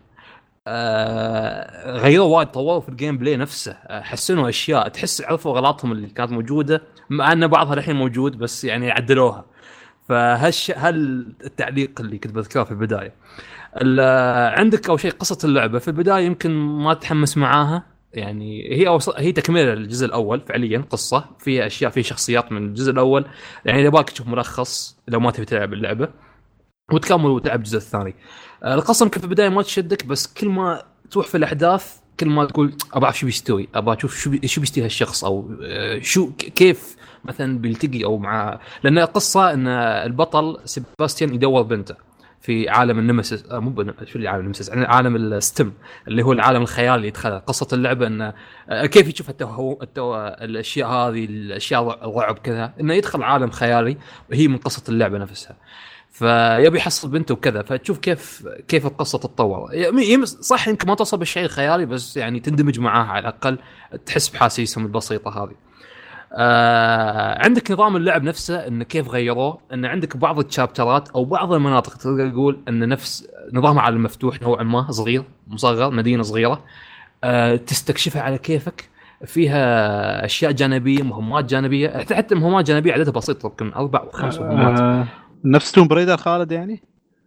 آه غيروا وايد، طوروا في الجيم بلاي نفسه، حسنوا اشياء، تحس عرفوا غلطهم اللي كانت موجوده مع ان بعضها الحين موجود بس يعني عدلوها. فهالش هل التعليق اللي كنت بذكره في البدايه. عندك اول شيء قصه اللعبه في البدايه يمكن ما تحمس معاها، يعني هي أو هي تكمله للجزء الاول فعليا، قصه فيها اشياء، في شخصيات من الجزء الاول، يعني اذا باك تشوف ملخص لو ما تبي تلعب اللعبه وتكمل وتلعب الجزء الثاني. القصه يمكن في البدايه ما تشدك، بس كل ما تروح في الاحداث كل ما تقول ابى اعرف شو بيستوي، ابى اشوف شو بي... شو بيستوي هالشخص او شو كيف مثلا بيلتقي او مع، لان القصه ان البطل سيباستيان يدور بنته في عالم النمسيس، مو بن... شو اللي عالم النمسيس، يعني عالم الستم اللي هو العالم الخيالي اللي يدخل. قصه اللعبه ان كيف يشوف التوه... التو... الاشياء هذه، الاشياء الرعب كذا، انه يدخل عالم خيالي وهي من قصه اللعبه نفسها. فيبي يحصل بنته وكذا، فتشوف كيف كيف القصه تتطور. صح يمكن ما توصل بالشيء الخيالي بس يعني تندمج معاها على الاقل، تحس بحاسيسهم البسيطه هذه. آه عندك نظام اللعب نفسه ان كيف غيروه، ان عندك بعض الشابترات او بعض المناطق تقدر تقول ان نفس نظام على المفتوح نوعا ما، صغير مصغر، مدينه صغيره آه تستكشفها على كيفك، فيها اشياء جانبيه، مهمات جانبيه، حتى حتى مهمات جانبيه عددها بسيط، يمكن اربع او خمس مهمات. آه نفس توم بريدر خالد يعني.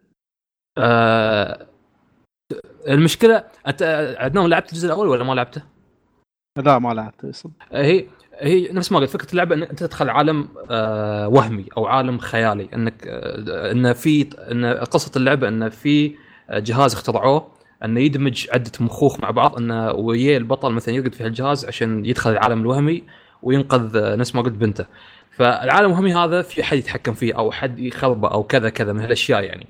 آه المشكله انت عدنان لعبت الجزء الاول ولا ما لعبته؟ لا ما لعبته اصلا. هي هي نفس ما قلت، فكره اللعبه ان انت تدخل عالم آه وهمي او عالم خيالي، انك آه ان في ان قصه اللعبه ان في جهاز اخترعوه انه يدمج عده مخوخ مع بعض، انه ويا البطل مثلا يرقد في هالجهاز عشان يدخل العالم الوهمي وينقذ نفس ما قلت بنته. فالعالم الوهمي هذا في حد يتحكم فيه او حد يخربه او كذا كذا من هالاشياء يعني.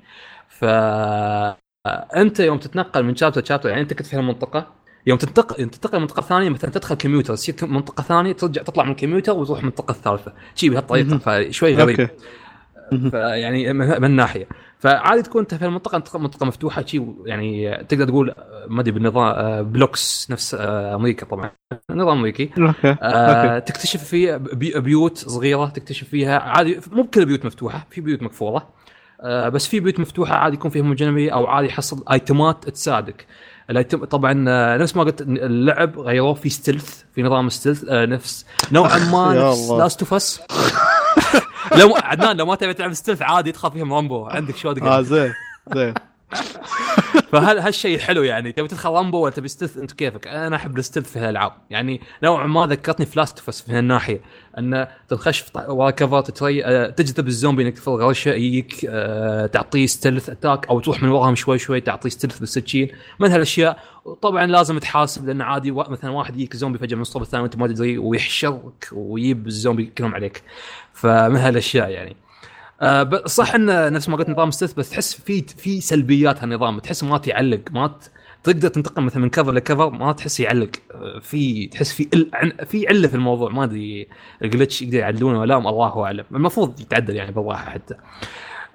فانت يوم تتنقل من شابتر لشابتر، يعني انت كنت في المنطقه، يوم تنتقل تنتقل منطقه ثانيه، مثلا تدخل كمبيوتر تصير منطقه ثانيه، ترجع تطلع من الكمبيوتر وتروح المنطقه الثالثه شيء بهالطريقه. فشوي غريب فيعني من ناحيه، فعادي تكون انت في المنطقه منطقه مفتوحه شيء، يعني تقدر تقول ما ادري بالنظام بلوكس نفس امريكا، طبعا نظام امريكي. آه تكتشف فيه بيوت صغيره، تكتشف فيها عادي، مو بكل البيوت مفتوحه، في بيوت مقفوله آه بس في بيوت مفتوحه عادي يكون فيها مجانبيه او عادي يحصل ايتمات تساعدك. الايتم طبعا نفس ما قلت اللعب غيروه في ستيلث، في نظام ستيلث آه نفس نوعا ما نفس لاست اوف اس. لو عدنان لو ما تبي تلعب ستيلث عادي تدخل فيهم رامبو، عندك شوت اه زين زين. فهل هالشيء حلو يعني، تبي تدخل رامبو ولا تبي ستيلث انت كيفك. انا احب الستيلث في هالالعاب، يعني نوعا ما ذكرتني في لاست اوف اس في هالناحيه، ان تنخش ورا كفر تتري أه تجذب الزومبي انك تفضل غرشه يجيك أه تعطيه ستيلث اتاك، او تروح من وراهم شوي شوي تعطيه ستيلث بالسكين، من هالاشياء. طبعا لازم تحاسب لان عادي مثلا واحد يجيك زومبي فجاه من الصوب الثاني وانت ما تدري ويحشرك ويجيب الزومبي كلهم عليك، فمن هالاشياء يعني. أه صح ان نفس ما قلت نظام ستيلث، بس تحس في في سلبيات هالنظام، تحس ما تعلق، ما تقدر تنتقل مثلا من كفر لكفر، ما تحس يعلق في، تحس في في عله في الموضوع، ما ادري الجلتش يقدر يعدلونه ولا الله اعلم، المفروض يتعدل يعني بالراحه حتى.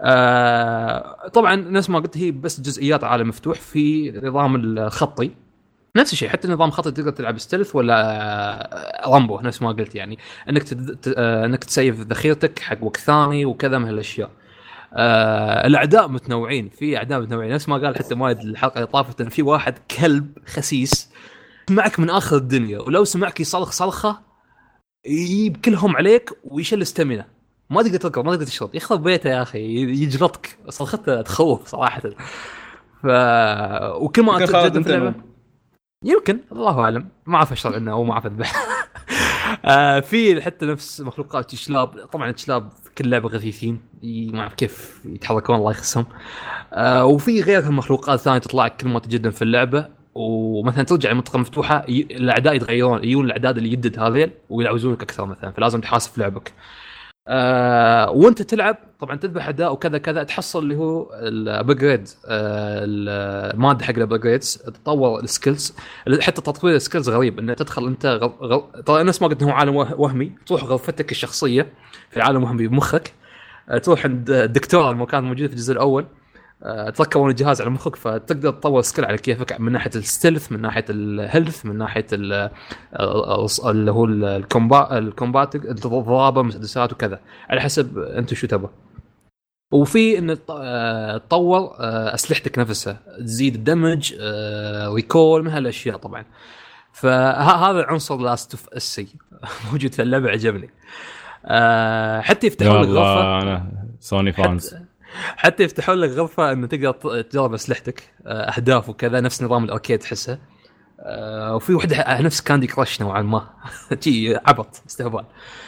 آه طبعا نفس ما قلت هي بس جزئيات عالم مفتوح. في نظام الخطي نفس الشيء، حتى نظام خطي تقدر تلعب ستيلث ولا رامبو نفس ما قلت، يعني انك تد... ت... آه انك تسيف ذخيرتك حق وقت ثاني وكذا من هالاشياء. آه الاعداء متنوعين، في اعداء متنوعين نفس ما قال حتى مايد الحلقه اللي طافت، ان في واحد كلب خسيس معك من اخر الدنيا، ولو سمعك يصلخ صلخه يجيب كلهم عليك ويشل استمنه، ما تقدر تركض ما تقدر تشرب، يخرب بيته يا اخي يجلطك صلخته تخوف صراحه. ف وكل ما تجد في اللعبه يمكن الله اعلم ما اعرف اشرب عنه او ما اعرف اذبح. آه في حتى نفس مخلوقات الشلاب، طبعا الشلاب كل لعبه غثيثين ما اعرف كيف يتحركون الله يخصهم. آه وفي غيرها مخلوقات ثانيه تطلع كل ما تجدن في اللعبه، ومثلا ترجع المنطقه مفتوحه ي... الاعداء يتغيرون، يجون الاعداد اللي يدد هذيل ويعوزونك اكثر مثلا، فلازم تحاسب لعبك. آه وانت تلعب طبعا تذبح اعداء وكذا كذا، تحصل اللي هو الابجريد، آه الماده حق الابجريدز، تطور السكيلز. حتى تطوير السكيلز غريب، انه تدخل انت غل... غل... طبعا الناس ما قلت انه عالم وهمي، تروح غرفتك الشخصيه في عالم وهمي بمخك، آه تروح عند الدكتور المكان موجود في الجزء الاول، آه تركبون الجهاز على مخك، فتقدر تطور سكيل على كيفك من ناحيه الستيلث، من ناحيه الهيلث، من ناحيه اللي هو الكومبات الكومبات الضربه مسدسات وكذا، على حسب انت شو تبغى. وفي ان تطور اسلحتك نفسها، تزيد الدمج، ريكول، من هالاشياء طبعا. فهذا عنصر لاست اوف اس موجود في اللعبه، عجبني. حتى يفتحون لك غرفه، انا سوني فانز، حتى يفتحون لك غرفه انه تقدر تجرب اسلحتك، اهداف وكذا، نفس نظام الاركيد تحسه. وفي وحده نفس كاندي كراش نوعا ما، شيء عبط استهبال.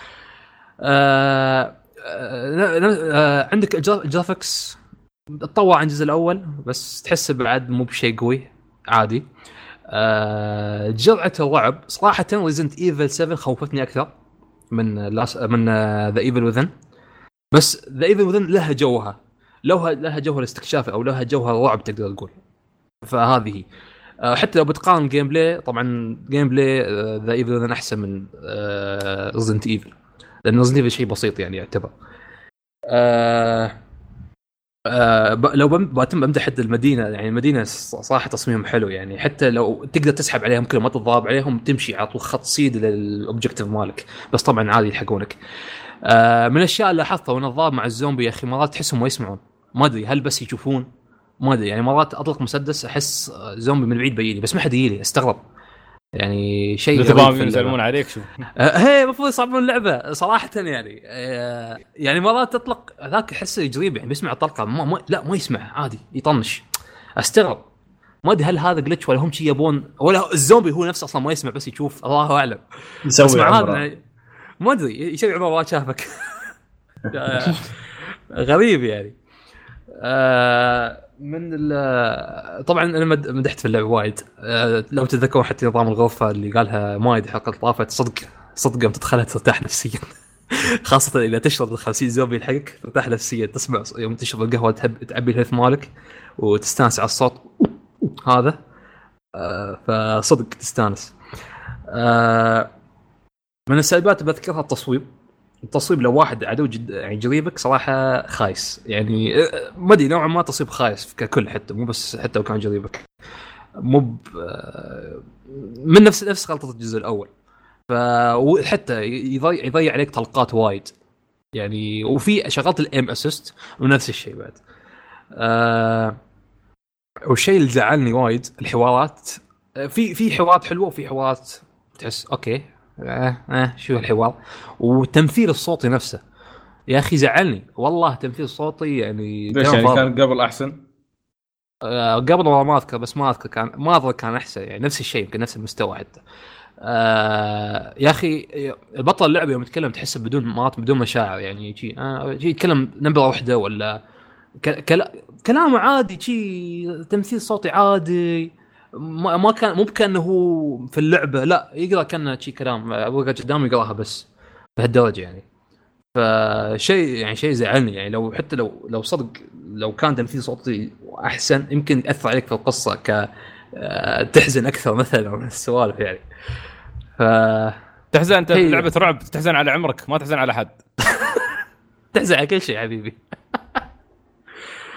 عندك الجرافيكس تطور عن الجزء الاول، بس تحس بعد مو بشيء قوي، عادي. جرعه الرعب صراحه ريزنت ايفل سبعة خوفتني اكثر من لاس من ذا ايفل وذن، بس ذا ايفل وذن لها جوها، لو لها جوها الاستكشاف او لها جوها الرعب تقدر تقول. فهذه حتى لو بتقارن جيم بلاي، طبعا جيم بلاي ذا ايفل وذن احسن من ريزنت ايفل، لأن ريزنت ايفل شيء بسيط يعني يعتبر. آه آه لو بتم بمدح المدينه، يعني المدينه صراحه تصميمهم حلو، يعني حتى لو تقدر تسحب عليهم كل ما تضرب عليهم تمشي على طول خط سيد للاوبجكتيف مالك، بس طبعا عادي يلحقونك. آه من الاشياء اللي لاحظتها وانا الضرب مع الزومبي يا اخي، مرات تحسهم ما يسمعون، ما ادري هل بس يشوفون، ما ادري يعني. مرات اطلق مسدس احس زومبي من بعيد بيجي بس ما حد يجي، استغرب يعني شيء تمام ينزلون عليك شو. هي المفروض يصعبون اللعبه صراحه يعني. يعني مرات تطلق ذاك يحس يجريب يعني بيسمع الطلقه ما, ما لا ما يسمع عادي يطنش، استغرب ما ادري هل هذا جلتش ولا هم شيء يبون، ولا الزومبي هو نفسه اصلا ما يسمع بس يشوف، الله اعلم يسوي عمره ما ادري يسوي عمره ما شافك. غريب يعني. من طبعا انا مدحت في اللعبه وايد، لو تتذكرون حتى نظام الغرفه اللي قالها مايد حلقه طافت، صدق صدق يوم تدخلها ترتاح نفسيا، خاصه اذا تشرب خمسين زومبي يلحقك ترتاح نفسيا، تسمع يوم تشرب القهوه تحب تعبي الهيث مالك وتستانس على الصوت هذا، فصدق تستانس. من السلبيات بذكرها التصويب. التصويب لو واحد عدو جد يعني جريبك صراحه خايس، يعني ما ادري نوعا ما تصويب خايس ككل، حتى مو بس حتى لو كان جريبك، مو من نفس نفس غلطه الجزء الاول. فحتى يضيع يضيع عليك طلقات وايد يعني. وفي شغلات الام اسيست ونفس الشيء بعد. أه والشيء اللي زعلني وايد الحوارات، في في حوارات حلوه وفي حوارات تحس اوكي اه اه شو الحوار. وتمثيل الصوتي نفسه يا اخي زعلني والله، تمثيل صوتي يعني ليش يعني كان قبل احسن؟ آه قبل ما اذكر، بس ما اذكر كان ما اذكر كان احسن يعني، نفس الشيء يمكن نفس المستوى حتى. آه يا اخي البطل اللعبه يوم يتكلم تحس بدون مرات بدون مشاعر يعني، شيء آه يتكلم نبره واحده ولا كلا كلام عادي، شيء تمثيل صوتي عادي، ما ما كان مو كانه هو في اللعبه، لا يقرا كانه شيء كلام ابغى قدامي يقراها بس بهالدرجه يعني. فشيء يعني شيء زعلني يعني. لو حتى لو لو صدق لو كان تمثيل صوتي احسن يمكن ياثر عليك في القصه، ك تحزن اكثر مثلا من السوالف يعني. ف تحزن انت في لعبه رعب، تحزن على عمرك ما تحزن على حد. تحزن على كل شيء حبيبي.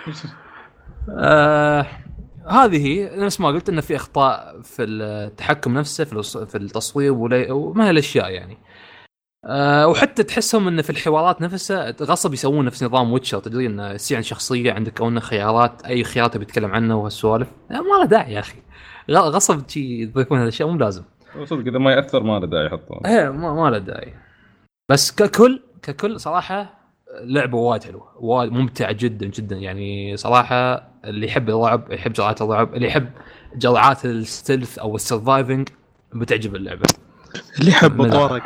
آه هذه هي نفس ما قلت انه في اخطاء في التحكم نفسه في في التصوير وما هالاشياء يعني. أه وحتى تحسهم انه في الحوارات نفسها غصب يسوون نفس نظام ويتشر، تدري انه يصير عن شخصيه عندك او انه خيارات اي خيارات بيتكلم عنه وهالسوالف، ما له داعي يا اخي، غصب شي يضيفون هالاشياء مو لازم. صدق اذا ما ياثر ما له داعي يحطونه. ايه ما ما له داعي. بس ككل ككل صراحه لعبه وايد حلوه، وايد ممتعه جدا جدا يعني صراحه. اللي يحب الرعب يحب جرعات الرعب، اللي يحب جرعات الستيلث او السرفايفنج بتعجب اللعبه. اللي يحب طارق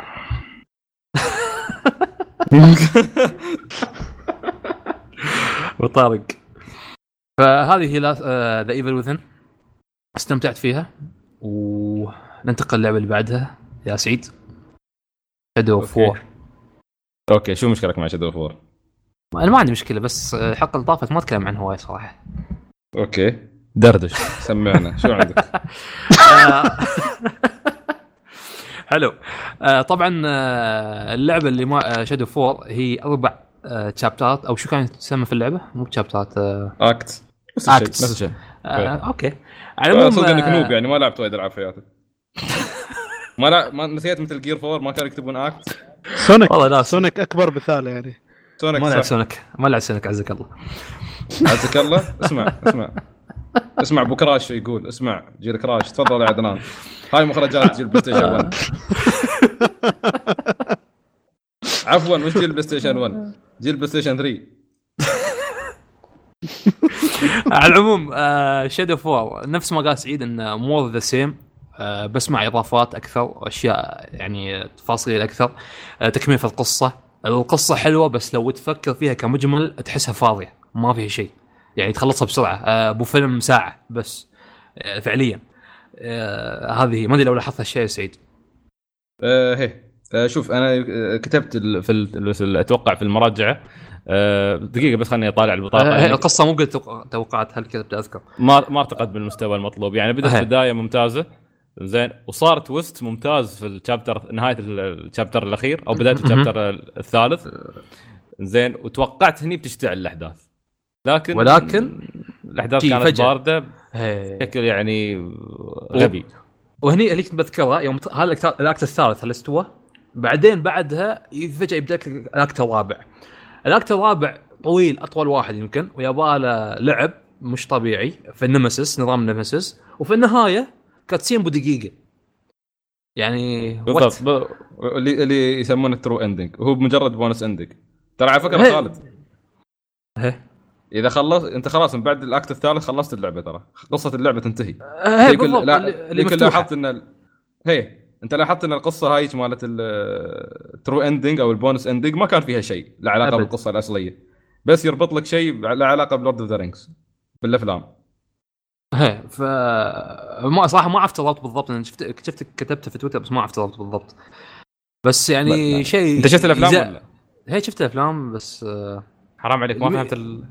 وطارق. فهذه هي ذا ايفل وذن، استمتعت فيها. وننتقل للعبه اللي بعدها يا سعيد، شادو فور. اوكي شو مشكلتك مع شادو فور؟ انا ما عندي مشكله، بس الحلقه اللي طافت ما اتكلم عنه هواي صراحه. اوكي دردش سمعنا شو عندك. حلو. آه طبعا آه اللعبه اللي ما شادو فور هي اربع آه شابترات، او شو كانت تسمى في اللعبه؟ مو شابترات، آه اكت نفس الشيء نفس الشيء. آه اوكي على العموم صدق انك نوب يعني ما لعبت وايد العاب في حياتك. ما لا ما نسيت مثل جير فور ما كانوا يكتبون اكت. سونيك والله لا سونيك اكبر مثال يعني. سونيك ما لعب سونيك ما لعب سونيك عزك الله. عزك الله. اسمع اسمع اسمع ابو كراش يقول اسمع جيل كراش تفضل يا عدنان. هاي مخرجات جيل بلاي ستيشن واحد. عفوا مش جيل بلاي ستيشن واحد، جيل بلاي ستيشن ثري. على العموم شادو فور نفس ما قال سعيد انه مور ذا سيم، بس مع اضافات اكثر واشياء يعني تفاصيل اكثر. آه تكمله في القصه القصه حلوه، بس لو تفكر فيها كمجمل تحسها فاضيه ما فيها شيء يعني، تخلصها بسرعه. آه ابو فيلم ساعه بس آه فعليا. آه هذه ما ادري لو لاحظت الشيء سعيد. آه هي آه شوف انا كتبت في اتوقع في المراجعه. آه دقيقه بس خليني اطالع البطاقه. آه يعني القصه مو قلت توقعت هل كذا بدي اذكر ما ما ارتقت بالمستوى المطلوب يعني. بدت بدايه ممتازه زين، وصار تويست ممتاز في الشابتر نهايه الشابتر الاخير او بدايه الشابتر الثالث زين، وتوقعت هني بتشتعل الاحداث، لكن ولكن الاحداث كانت فجأة. بارده بشكل يعني غبي. وهني اللي كنت بذكرها يوم هذا الاكت الثالث هل استوى، بعدين بعدها فجأة يبدأ الاكت الرابع. الاكت الرابع طويل اطول واحد يمكن، ويباله لعب مش طبيعي في النمسيس، نظام النمسيس، وفي النهايه كاتسين بدقيقه يعني بالضبط. ب... اللي اللي يسمونه ترو اندنج هو بمجرد بونس اندنج. ترى على فكره خالد هي. اذا خلص انت خلاص من بعد الاكت الثالث خلصت اللعبه، ترى قصه اللعبه تنتهي. هي بالضبط. لا اللي لاحظت ان ال... هي انت لاحظت ان القصه هاي مالت الترو اندنج او البونس اندنج ما كان فيها شيء لا علاقه أبد. بالقصه الاصليه، بس يربط لك شيء له علاقه بلورد اوف ذا رينجز بالافلام. هي ف ما صراحه ما عرفت الربط بالضبط، انا شفت شفت كتبته في تويتر بس ما عرفت الربط بالضبط. بس يعني شيء انت شفت الافلام يزا... ولا؟ هي شفت الافلام بس حرام عليك ما م... فهمت ال...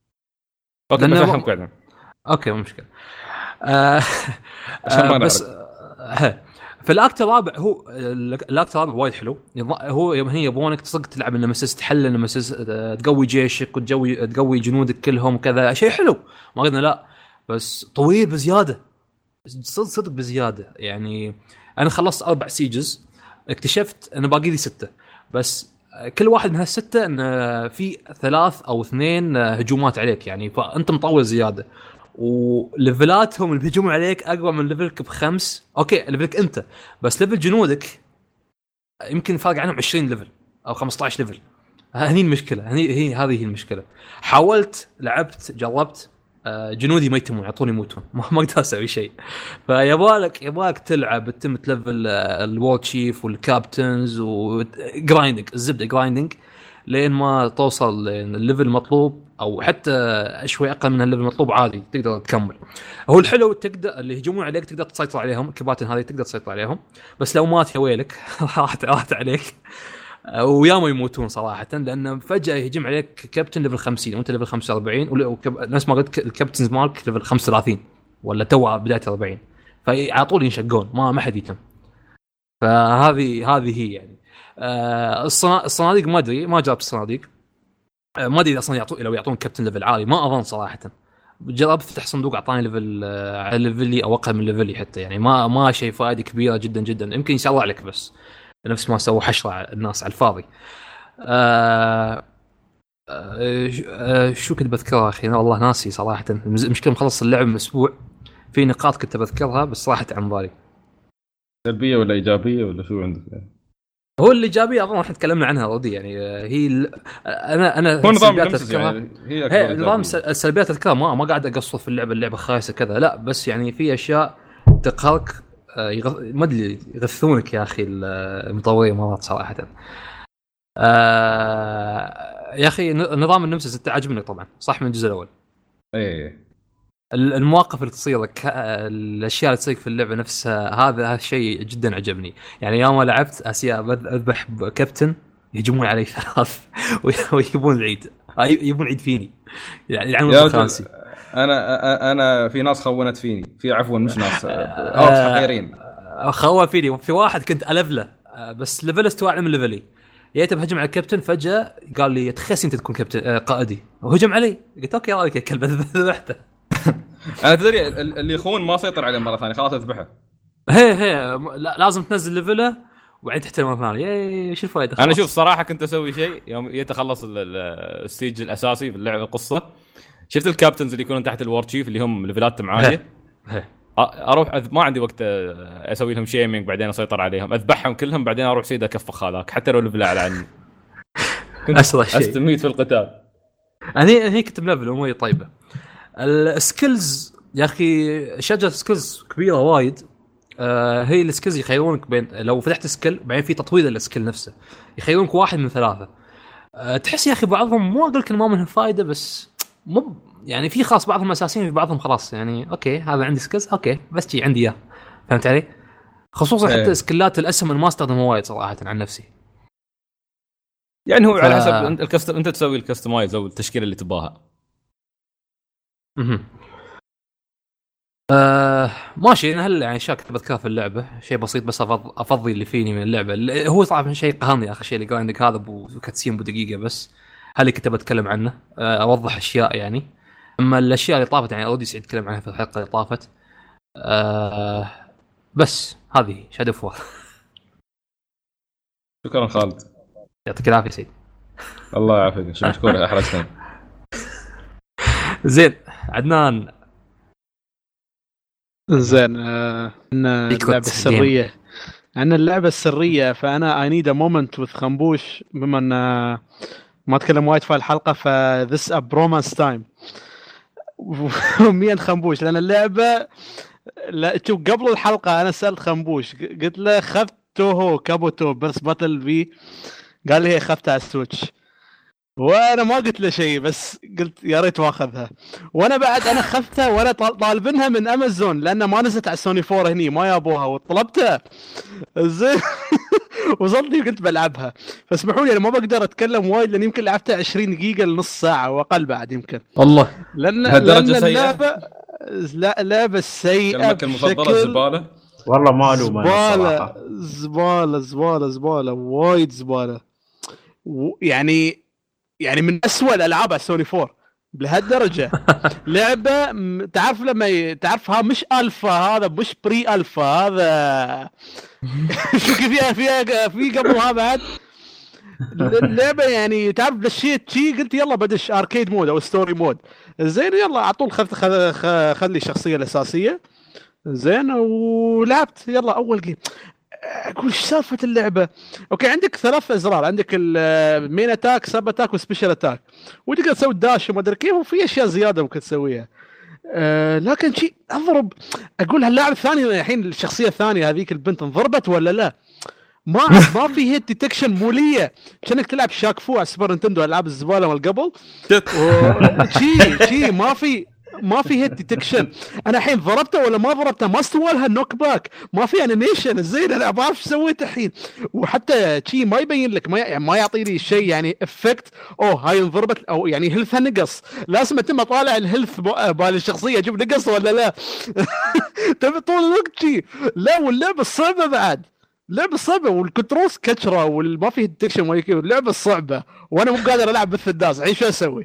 اوكي بفهمك بعدين. اوكي مو مشكله. آه... آه بس آه... في الاكت الرابع هو الاكت الرابع وايد حلو. هو هي يبونك تصق تلعب النمسيس، تحل النمسيس، تقوي جيشك وتقوي تقوي جنودك كلهم كذا، شيء حلو ما قلنا لا، بس طويل بزياده صدق صدق بزياده يعني. انا خلصت اربع سيجز، اكتشفت ان باقي لي سته، بس كل واحد من هالسته ان في ثلاث او اثنين هجومات عليك يعني، فانت مطول زياده، وليفلاتهم اللي بيهجموا عليك اقوى من ليفلك بخمس. اوكي ليفلك انت، بس ليفل جنودك يمكن فرق عنهم عشرين ليفل او خمسة عشر ليفل. هني المشكله، هني هي هذه هي المشكله. حاولت لعبت جربت جنودي ما يتمون يعطوني يموتون، ما ما اقدر اسوي شيء. فيبالك يبالك تلعب تتم تلفل الوورد شيف والكابتنز وجرايندنج، الزبده جرايندنج لين ما توصل للليفل المطلوب، او حتى شوي اقل من الليفل المطلوب عادي تقدر تكمل. هو الحلو تقدر اللي يهجمون عليك تقدر تسيطر عليهم، الكباتن هذه تقدر تسيطر عليهم، بس لو مات يا ويلك راحت راحت عليك وياما يموتون صراحه، لان فجاه يهجم عليك كابتن ليفل خمسين وانت ليفل خمسة وأربعين، ونفس ما قلت الكابتنز مالك ليفل خمسة وثلاثين ولا تو بدايه أربعين، فعلى طول ينشقون ما ما حد يتم. فهذه هذه هي يعني. آه الصناديق ما ادري ما جربت الصناديق، ما ادري اصلا يعطون لو يعطون كابتن ليفل عالي ما اظن صراحه. جربت فتح صندوق اعطاني ليفل على ليفلي او اقل من ليفلي حتى، يعني ما ما شيء فائده كبيره جدا جدا. يمكن يسوى لك بس نفس ما سووا حشره على الناس على الفاضي. آه آه آه شو كنت بذكرها اخي والله ناسي صراحه. المشكله مخلص اللعب من اسبوع، في نقاط كنت بذكرها بس راحت عن بالي. سلبيه ولا ايجابيه ولا شو عندك يعني؟ هو الايجابيه اظن احنا تكلمنا عنها اوريدي يعني. هي ال... انا انا هو نظام يعني هي هي نظام السلبيات اذكرها ما ما قاعد اقصر في اللعبه اللعبه خايسه كذا لا، بس يعني في اشياء تقهرك يغ... ما ادري يغثونك يا اخي المطورين مرات صراحه. آه... يا اخي نظام النمسيس انت عجبني طبعا صح من الجزء الاول. ايه المواقف اللي تصير لك الاشياء اللي تصير في اللعبه نفسها هذا الشيء جدا عجبني. يعني يوم لعبت اسيا اذبح كابتن يهجمون علي ثلاث ويجيبون العيد يجيبون العيد فيني يعني يلعنون الخامسي. انا انا في ناس خونت فيني في عفوا مش ناس اه حقيرين خون فيني. في واحد كنت الفله بس ليفل استوى اعلى من ليفلي، جيت بهجم على الكابتن فجاه قال لي تخسي انت تكون كابتن قائدي وهجم علي. قلت اوكي رايك يا كلب ذبحته. انا تدري اللي يخون ما سيطر عليه مره ثانيه خلاص اذبحه. هي هي لازم تنزل ليفله وبعدين تحترم مره ثانيه. ايه شو الفائده؟ انا شوف صراحه كنت اسوي شيء يوم يتخلص السيج الاساسي في اللعبه القصه، شفت الكابتنز اللي يكونون تحت الوار تشيف اللي هم ليفلاتهم عاليه، اروح أذ... ما عندي وقت اسوي لهم شيمينج بعدين اسيطر عليهم اذبحهم كلهم بعدين اروح سيده كفخ هذاك حتى لو ليفل اعلى عني. كنت استميت في القتال. انا هي كنت بليفل ومي طيبه. السكيلز يا اخي شجره سكيلز كبيره وايد. آه هي السكيلز يخيرونك بين لو فتحت سكيل بعدين في تطوير للسكيل نفسه يخيرونك واحد من ثلاثه. آه تحس يا اخي بعضهم مو اقول لك ما منهم فايده بس مو يعني في خاص بعضهم اساسيين في بعضهم خلاص يعني اوكي هذا عندي سكيلز اوكي بس جي عندي اياه فهمت علي. خصوصا إيه. حتى سكيلات الاسهم ما استخدمها وايد صراحه عن نفسي. يعني هو ف... على حسب انت الكست... انت تسوي الكستمايز او التشكيله اللي تباها. اها آه ماشي. انا هلا يعني اشياء كنت بذكرها في اللعبه شيء بسيط بس أفض... افضي اللي فيني من اللعبه. هو صعب شيء قهرني اخر شيء اللي قال عندك هذا ابو كاتسين ابو دقيقه بس هل اللي كنت بتكلم عنه. آه اوضح اشياء يعني. اما الاشياء اللي طافت يعني اودي سعيد اتكلم عنها في الحلقه اللي طافت. آه بس هذه شادو فور. شكرا خالد يعطيك العافيه سيد. الله يعافيك شو مشكور احرجتني. زين عدنان. زين آه اللعبه السريه عندنا اللعبه السريه فانا اي نيد ا مومنت وذ خنبوش بما ان ما اتكلم وايد في الحلقه فذس ا برومانس تايم. مين خنبوش لان اللعبه لا شوف قبل الحلقه انا سالت خنبوش قلت له خذته كابوتو بس باتل في قال لي هي خذتها على السويتش وانا ما قلت له شيء بس قلت يا ريت واخذها. وانا بعد انا اخذتها وانا طالبينها من امازون لان ما نزلت على سوني فور هني ما يابوها وطلبتها زين. وصلتني وقلت بلعبها فاسمحوا لي انا ما بقدر اتكلم وايد لان يمكن لعبتها عشرين دقيقه لنص ساعه واقل بعد يمكن الله لان لان اللعبه لا لعبه سيئه كلمتك المفضله زباله والله ما الوم زباله زباله زباله زباله وايد زباله يعني يعني من أسوأ الألعاب على سوني فور بهالدرجة. لعبة تعرف لما ي... تعرف ها مش ألفا هذا مش بري ألفا هذا شو فيها فيها في قبلها بعد اللعبة يعني تعرف دشيت شي قلت يلا بدش أركيد مود أو ستوري مود زين يلا عطول خذ خذ خلي الشخصية الأساسية زين ولعبت يلا أول جيم اقول ايش سالفه اللعبه. اوكي عندك ثلاث ازرار عندك المين اتاك سب اتاك وسبيشال اتاك وتقدر تسوي داش وما ادري كيف وفي اشياء زياده ممكن تسويها. أه لكن شيء اضرب اقول هاللاعب الثاني الحين الشخصيه الثانيه هذيك البنت انضربت ولا لا ما ما في هيد ديتكشن موليه كأنك تلعب شاكفو على سوبر نينتندو العاب الزباله مال قبل شيء شيء ما في ما في هيد ديتكشن. انا الحين ضربته ولا ما ضربته ما استوى لها النوك باك ما في انيميشن زين انا بعرف ايش سويت الحين وحتى شيء ما يبين لك ما يعني ما يعطي لي شيء يعني افكت اوه هاي انضربت او يعني هيلثها نقص لازم اتم اطالع الهيلث بال الشخصيه اجيب نقص ولا لا. تبي طول الوقت شيء لا واللعبه الصعبه بعد لعبه صعبه والكنترولز كشره وما فيه ديتكشن ولا كذا، اللعبه صعبه وانا مو قادر العب بالثداس، عيش شو اسوي؟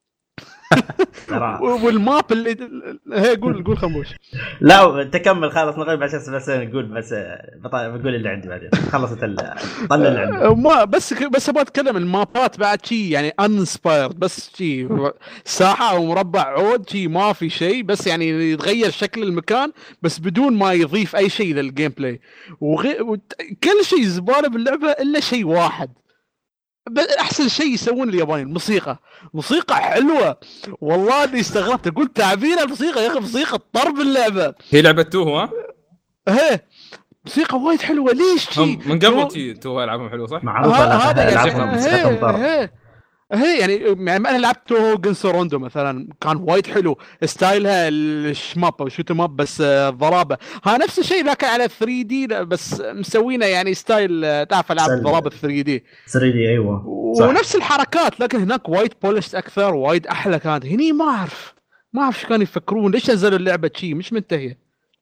والماب اللي هي قول قول خموش. لا تكمل خلاص نغيب عشان بس نقول بس بقول اللي عندي بعدين خلصت طلع اللي عندي. ما بس بس ابغى اتكلم المابات بعد شيء يعني انسبايرد، بس شيء ساحه او مربع عود شيء ما في شيء، بس يعني يتغير شكل المكان بس بدون ما يضيف اي شيء للجيم بلاي، وغير كل شيء زباله باللعبه الا شيء واحد. احسن شيء يسوون اليابانيين موسيقى، موسيقى حلوه والله اللي استغربت قلت تعبير الموسيقى يا اخي، موسيقى طرب اللعبه. هي لعبه توهو ها هي موسيقى وايد حلوه. ليش من قبل تي توهو العابهم حلوه صح معروفه هذا العابهم موسيقتهم طرب. هي يعني يعني انا لعبت توهو جنسو روندو مثلا كان وايد حلو ستايلها الشماب او شوت ماب بس ضرابه، ها نفس الشيء لكن على ثري دي بس مسوينه يعني ستايل تعرف العاب ضرابه ثري دي ثري دي ايوه صح. ونفس الحركات لكن هناك وايد بولش اكثر وايد احلى كانت. هني ما اعرف ما اعرف ايش كانوا يفكرون، ليش نزلوا اللعبه شيء مش منتهيه.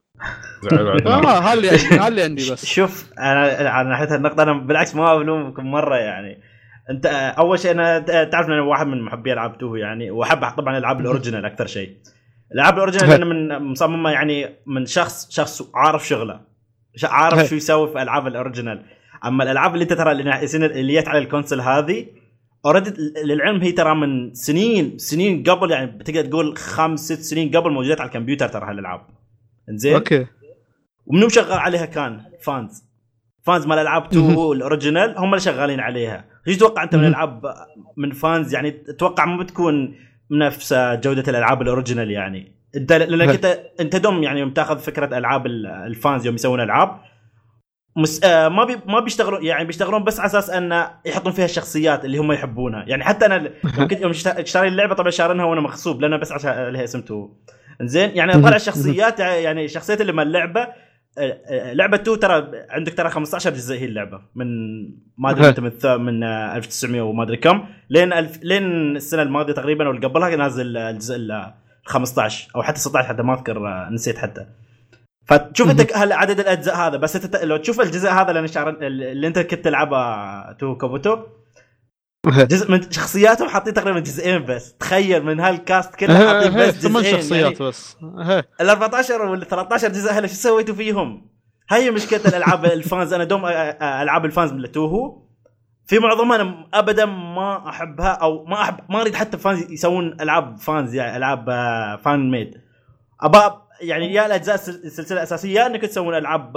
اه هاللي هاللي عندي بس. شوف انا على ناحيه النقطه انا بالعكس ما الومكم مره يعني. انت اول شيء انا تعرف انا واحد من محبي العاب توهو يعني، واحب طبعا العاب الاوريجينال اكثر شيء. العاب الاوريجينال انا من مصممه يعني من شخص شخص عارف شغله عارف شو يسوي في العاب الاوريجينال. اما الالعاب اللي انت ترى اللي جت على الكونسول هذه اوريدي للعلم هي ترى من سنين سنين قبل يعني بتقدر تقول خمس ست سنين قبل موجودات على الكمبيوتر ترى هالالعاب. انزين اوكي ومنو شغال عليها كان فانز فانز مال العاب توهو الاوريجينال هم اللي شغالين عليها. ايش تتوقع انت من العاب من فانز يعني تتوقع ما بتكون نفس جوده الالعاب الاوريجينال يعني انت لانك انت انت دوم يعني بتاخذ فكره العاب الفانز يوم يسوون العاب مس... آه ما بي... ما بيشتغلون يعني بيشتغلون بس على اساس ان يحطون فيها الشخصيات اللي هم يحبونها يعني. حتى انا كنت يوم اشتري اللعبه طبعا شارنها وانا مغصوب لانه بس عشان لها اسم توهو. انزين يعني طلع الشخصيات يعني الشخصيات اللي من اللعبه لعبه تو ترى عندك ترى خمسة عشر جزء هي اللعبه من ما ادري متى من من ألف وتسعمية وما ادري كم لين ألف لين السنه الماضيه تقريبا واللي قبلها نازل الجزء ال خمسة عشر او حتى ستة عشر حتى ما اذكر نسيت حتى. فتشوف انت هل عدد الاجزاء هذا بس انت لو تشوف الجزء هذا اللي, شعر... اللي انت كنت تلعبه تو كوبوتو جزء من شخصياتهم حاطين تقريبا جزئين بس. تخيل من هالكاست كله حاطين بس ثمان شخصيات يعني بس. ال أربعة عشر ولا ثلاثة عشر جزء هلا شو سويتوا فيهم؟ هي مشكله الالعاب الفانز. انا دوم العاب الفانز من توهو في معظمها انا ابدا ما احبها او ما احب ما اريد حتى فانز يسوون العاب فانز يعني العاب فان ميد. ابا يعني يا الاجزاء السلسله الاساسيه انك تسوون العاب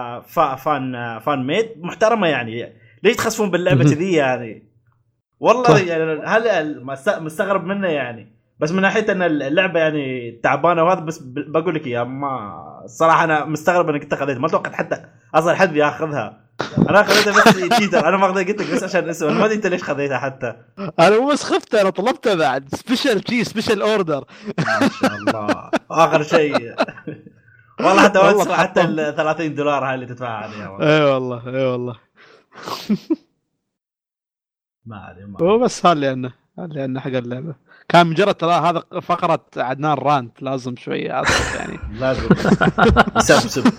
فان فان ميد محترمه يعني. ليش تخسفون باللعبه ذي يعني؟ والله يعني هل مستغرب منه يعني. بس من ناحيه ان اللعبه يعني تعبانه وهذا بس بقول لك يا ما الصراحه انا مستغرب انك انت خذيتها. ما توقعت حتى اصلا حد بياخذها. انا خذيتها بس تشيتر. انا ما اقدر قلت لك بس عشان اسمه. انا ما ادري انت ليش خذيتها حتى. انا مو بس خفت انا طلبتها بعد سبيشال شي سبيشال اوردر ما شاء الله. اخر شيء والله حتى والله حتى ال ثلاثين دولار هاي اللي تدفعها عليها. اي والله اي والله ما ادري ما هو بس هال لانه لانه حق اللعبه كان مجرد ترى هذا فقره عدنان رانت لازم شويه اصف يعني لازم سبسب.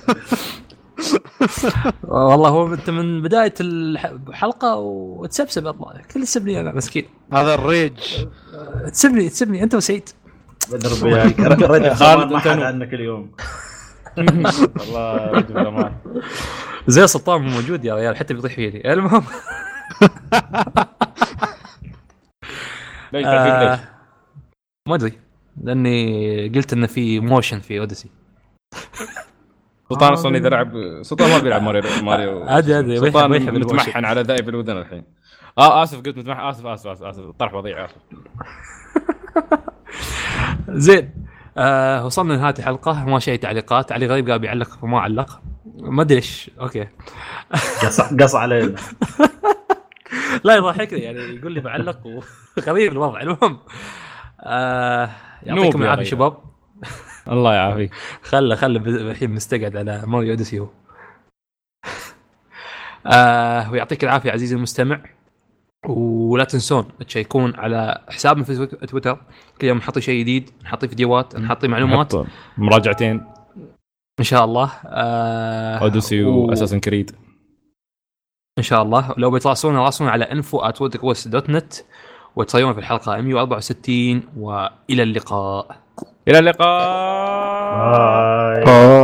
والله هو انت من بدايه الحلقه وتسبسب الله كل سبني انا مسكين. هذا الريج تسبني تسبني انت وسعيد بدر بياك رد زمان ما حد عنك اليوم. والله رجل زمان زي سلطان موجود يا ريال حتى بيطيح فيني. المهم ليش آه ليش ما ادري لاني قلت انه في موشن في اوديسي. سلطان اصلا اذا لعب سلطان ما بيلعب ماريو ماريو عادي عادي سلطان متمحن على ذائب الودن الحين. اه اسف قلت متمحن اسف اسف اسف, آسف. طرح وضيع اسف. زين آه وصلنا لنهاية الحلقة. ما شيء تعليقات. علي غريب قال بيعلق فما علق ما ادري ايش. اوكي قص قص علينا. لا يضحكني يعني يقول لي بعلق وغريب الوضع. المهم آه يعطيكم العافية شباب. الله يعافيك. خله خله الحين مستقعد على ماريو اوديسي هو. آه ويعطيك العافية عزيزي المستمع. ولا تنسون تشيكون على حسابنا في تويتر كل يوم نحط شيء جديد نحط فيديوهات نحط معلومات مراجعتين ان شاء الله. آه اوديسي و... واساسن كريد ان شاء الله. لو بيتواصلون راسلون على انفو آت روتكوست دوت نت وتصيرون في الحلقه مية وأربعة وستين والى اللقاء. الى اللقاء. باي.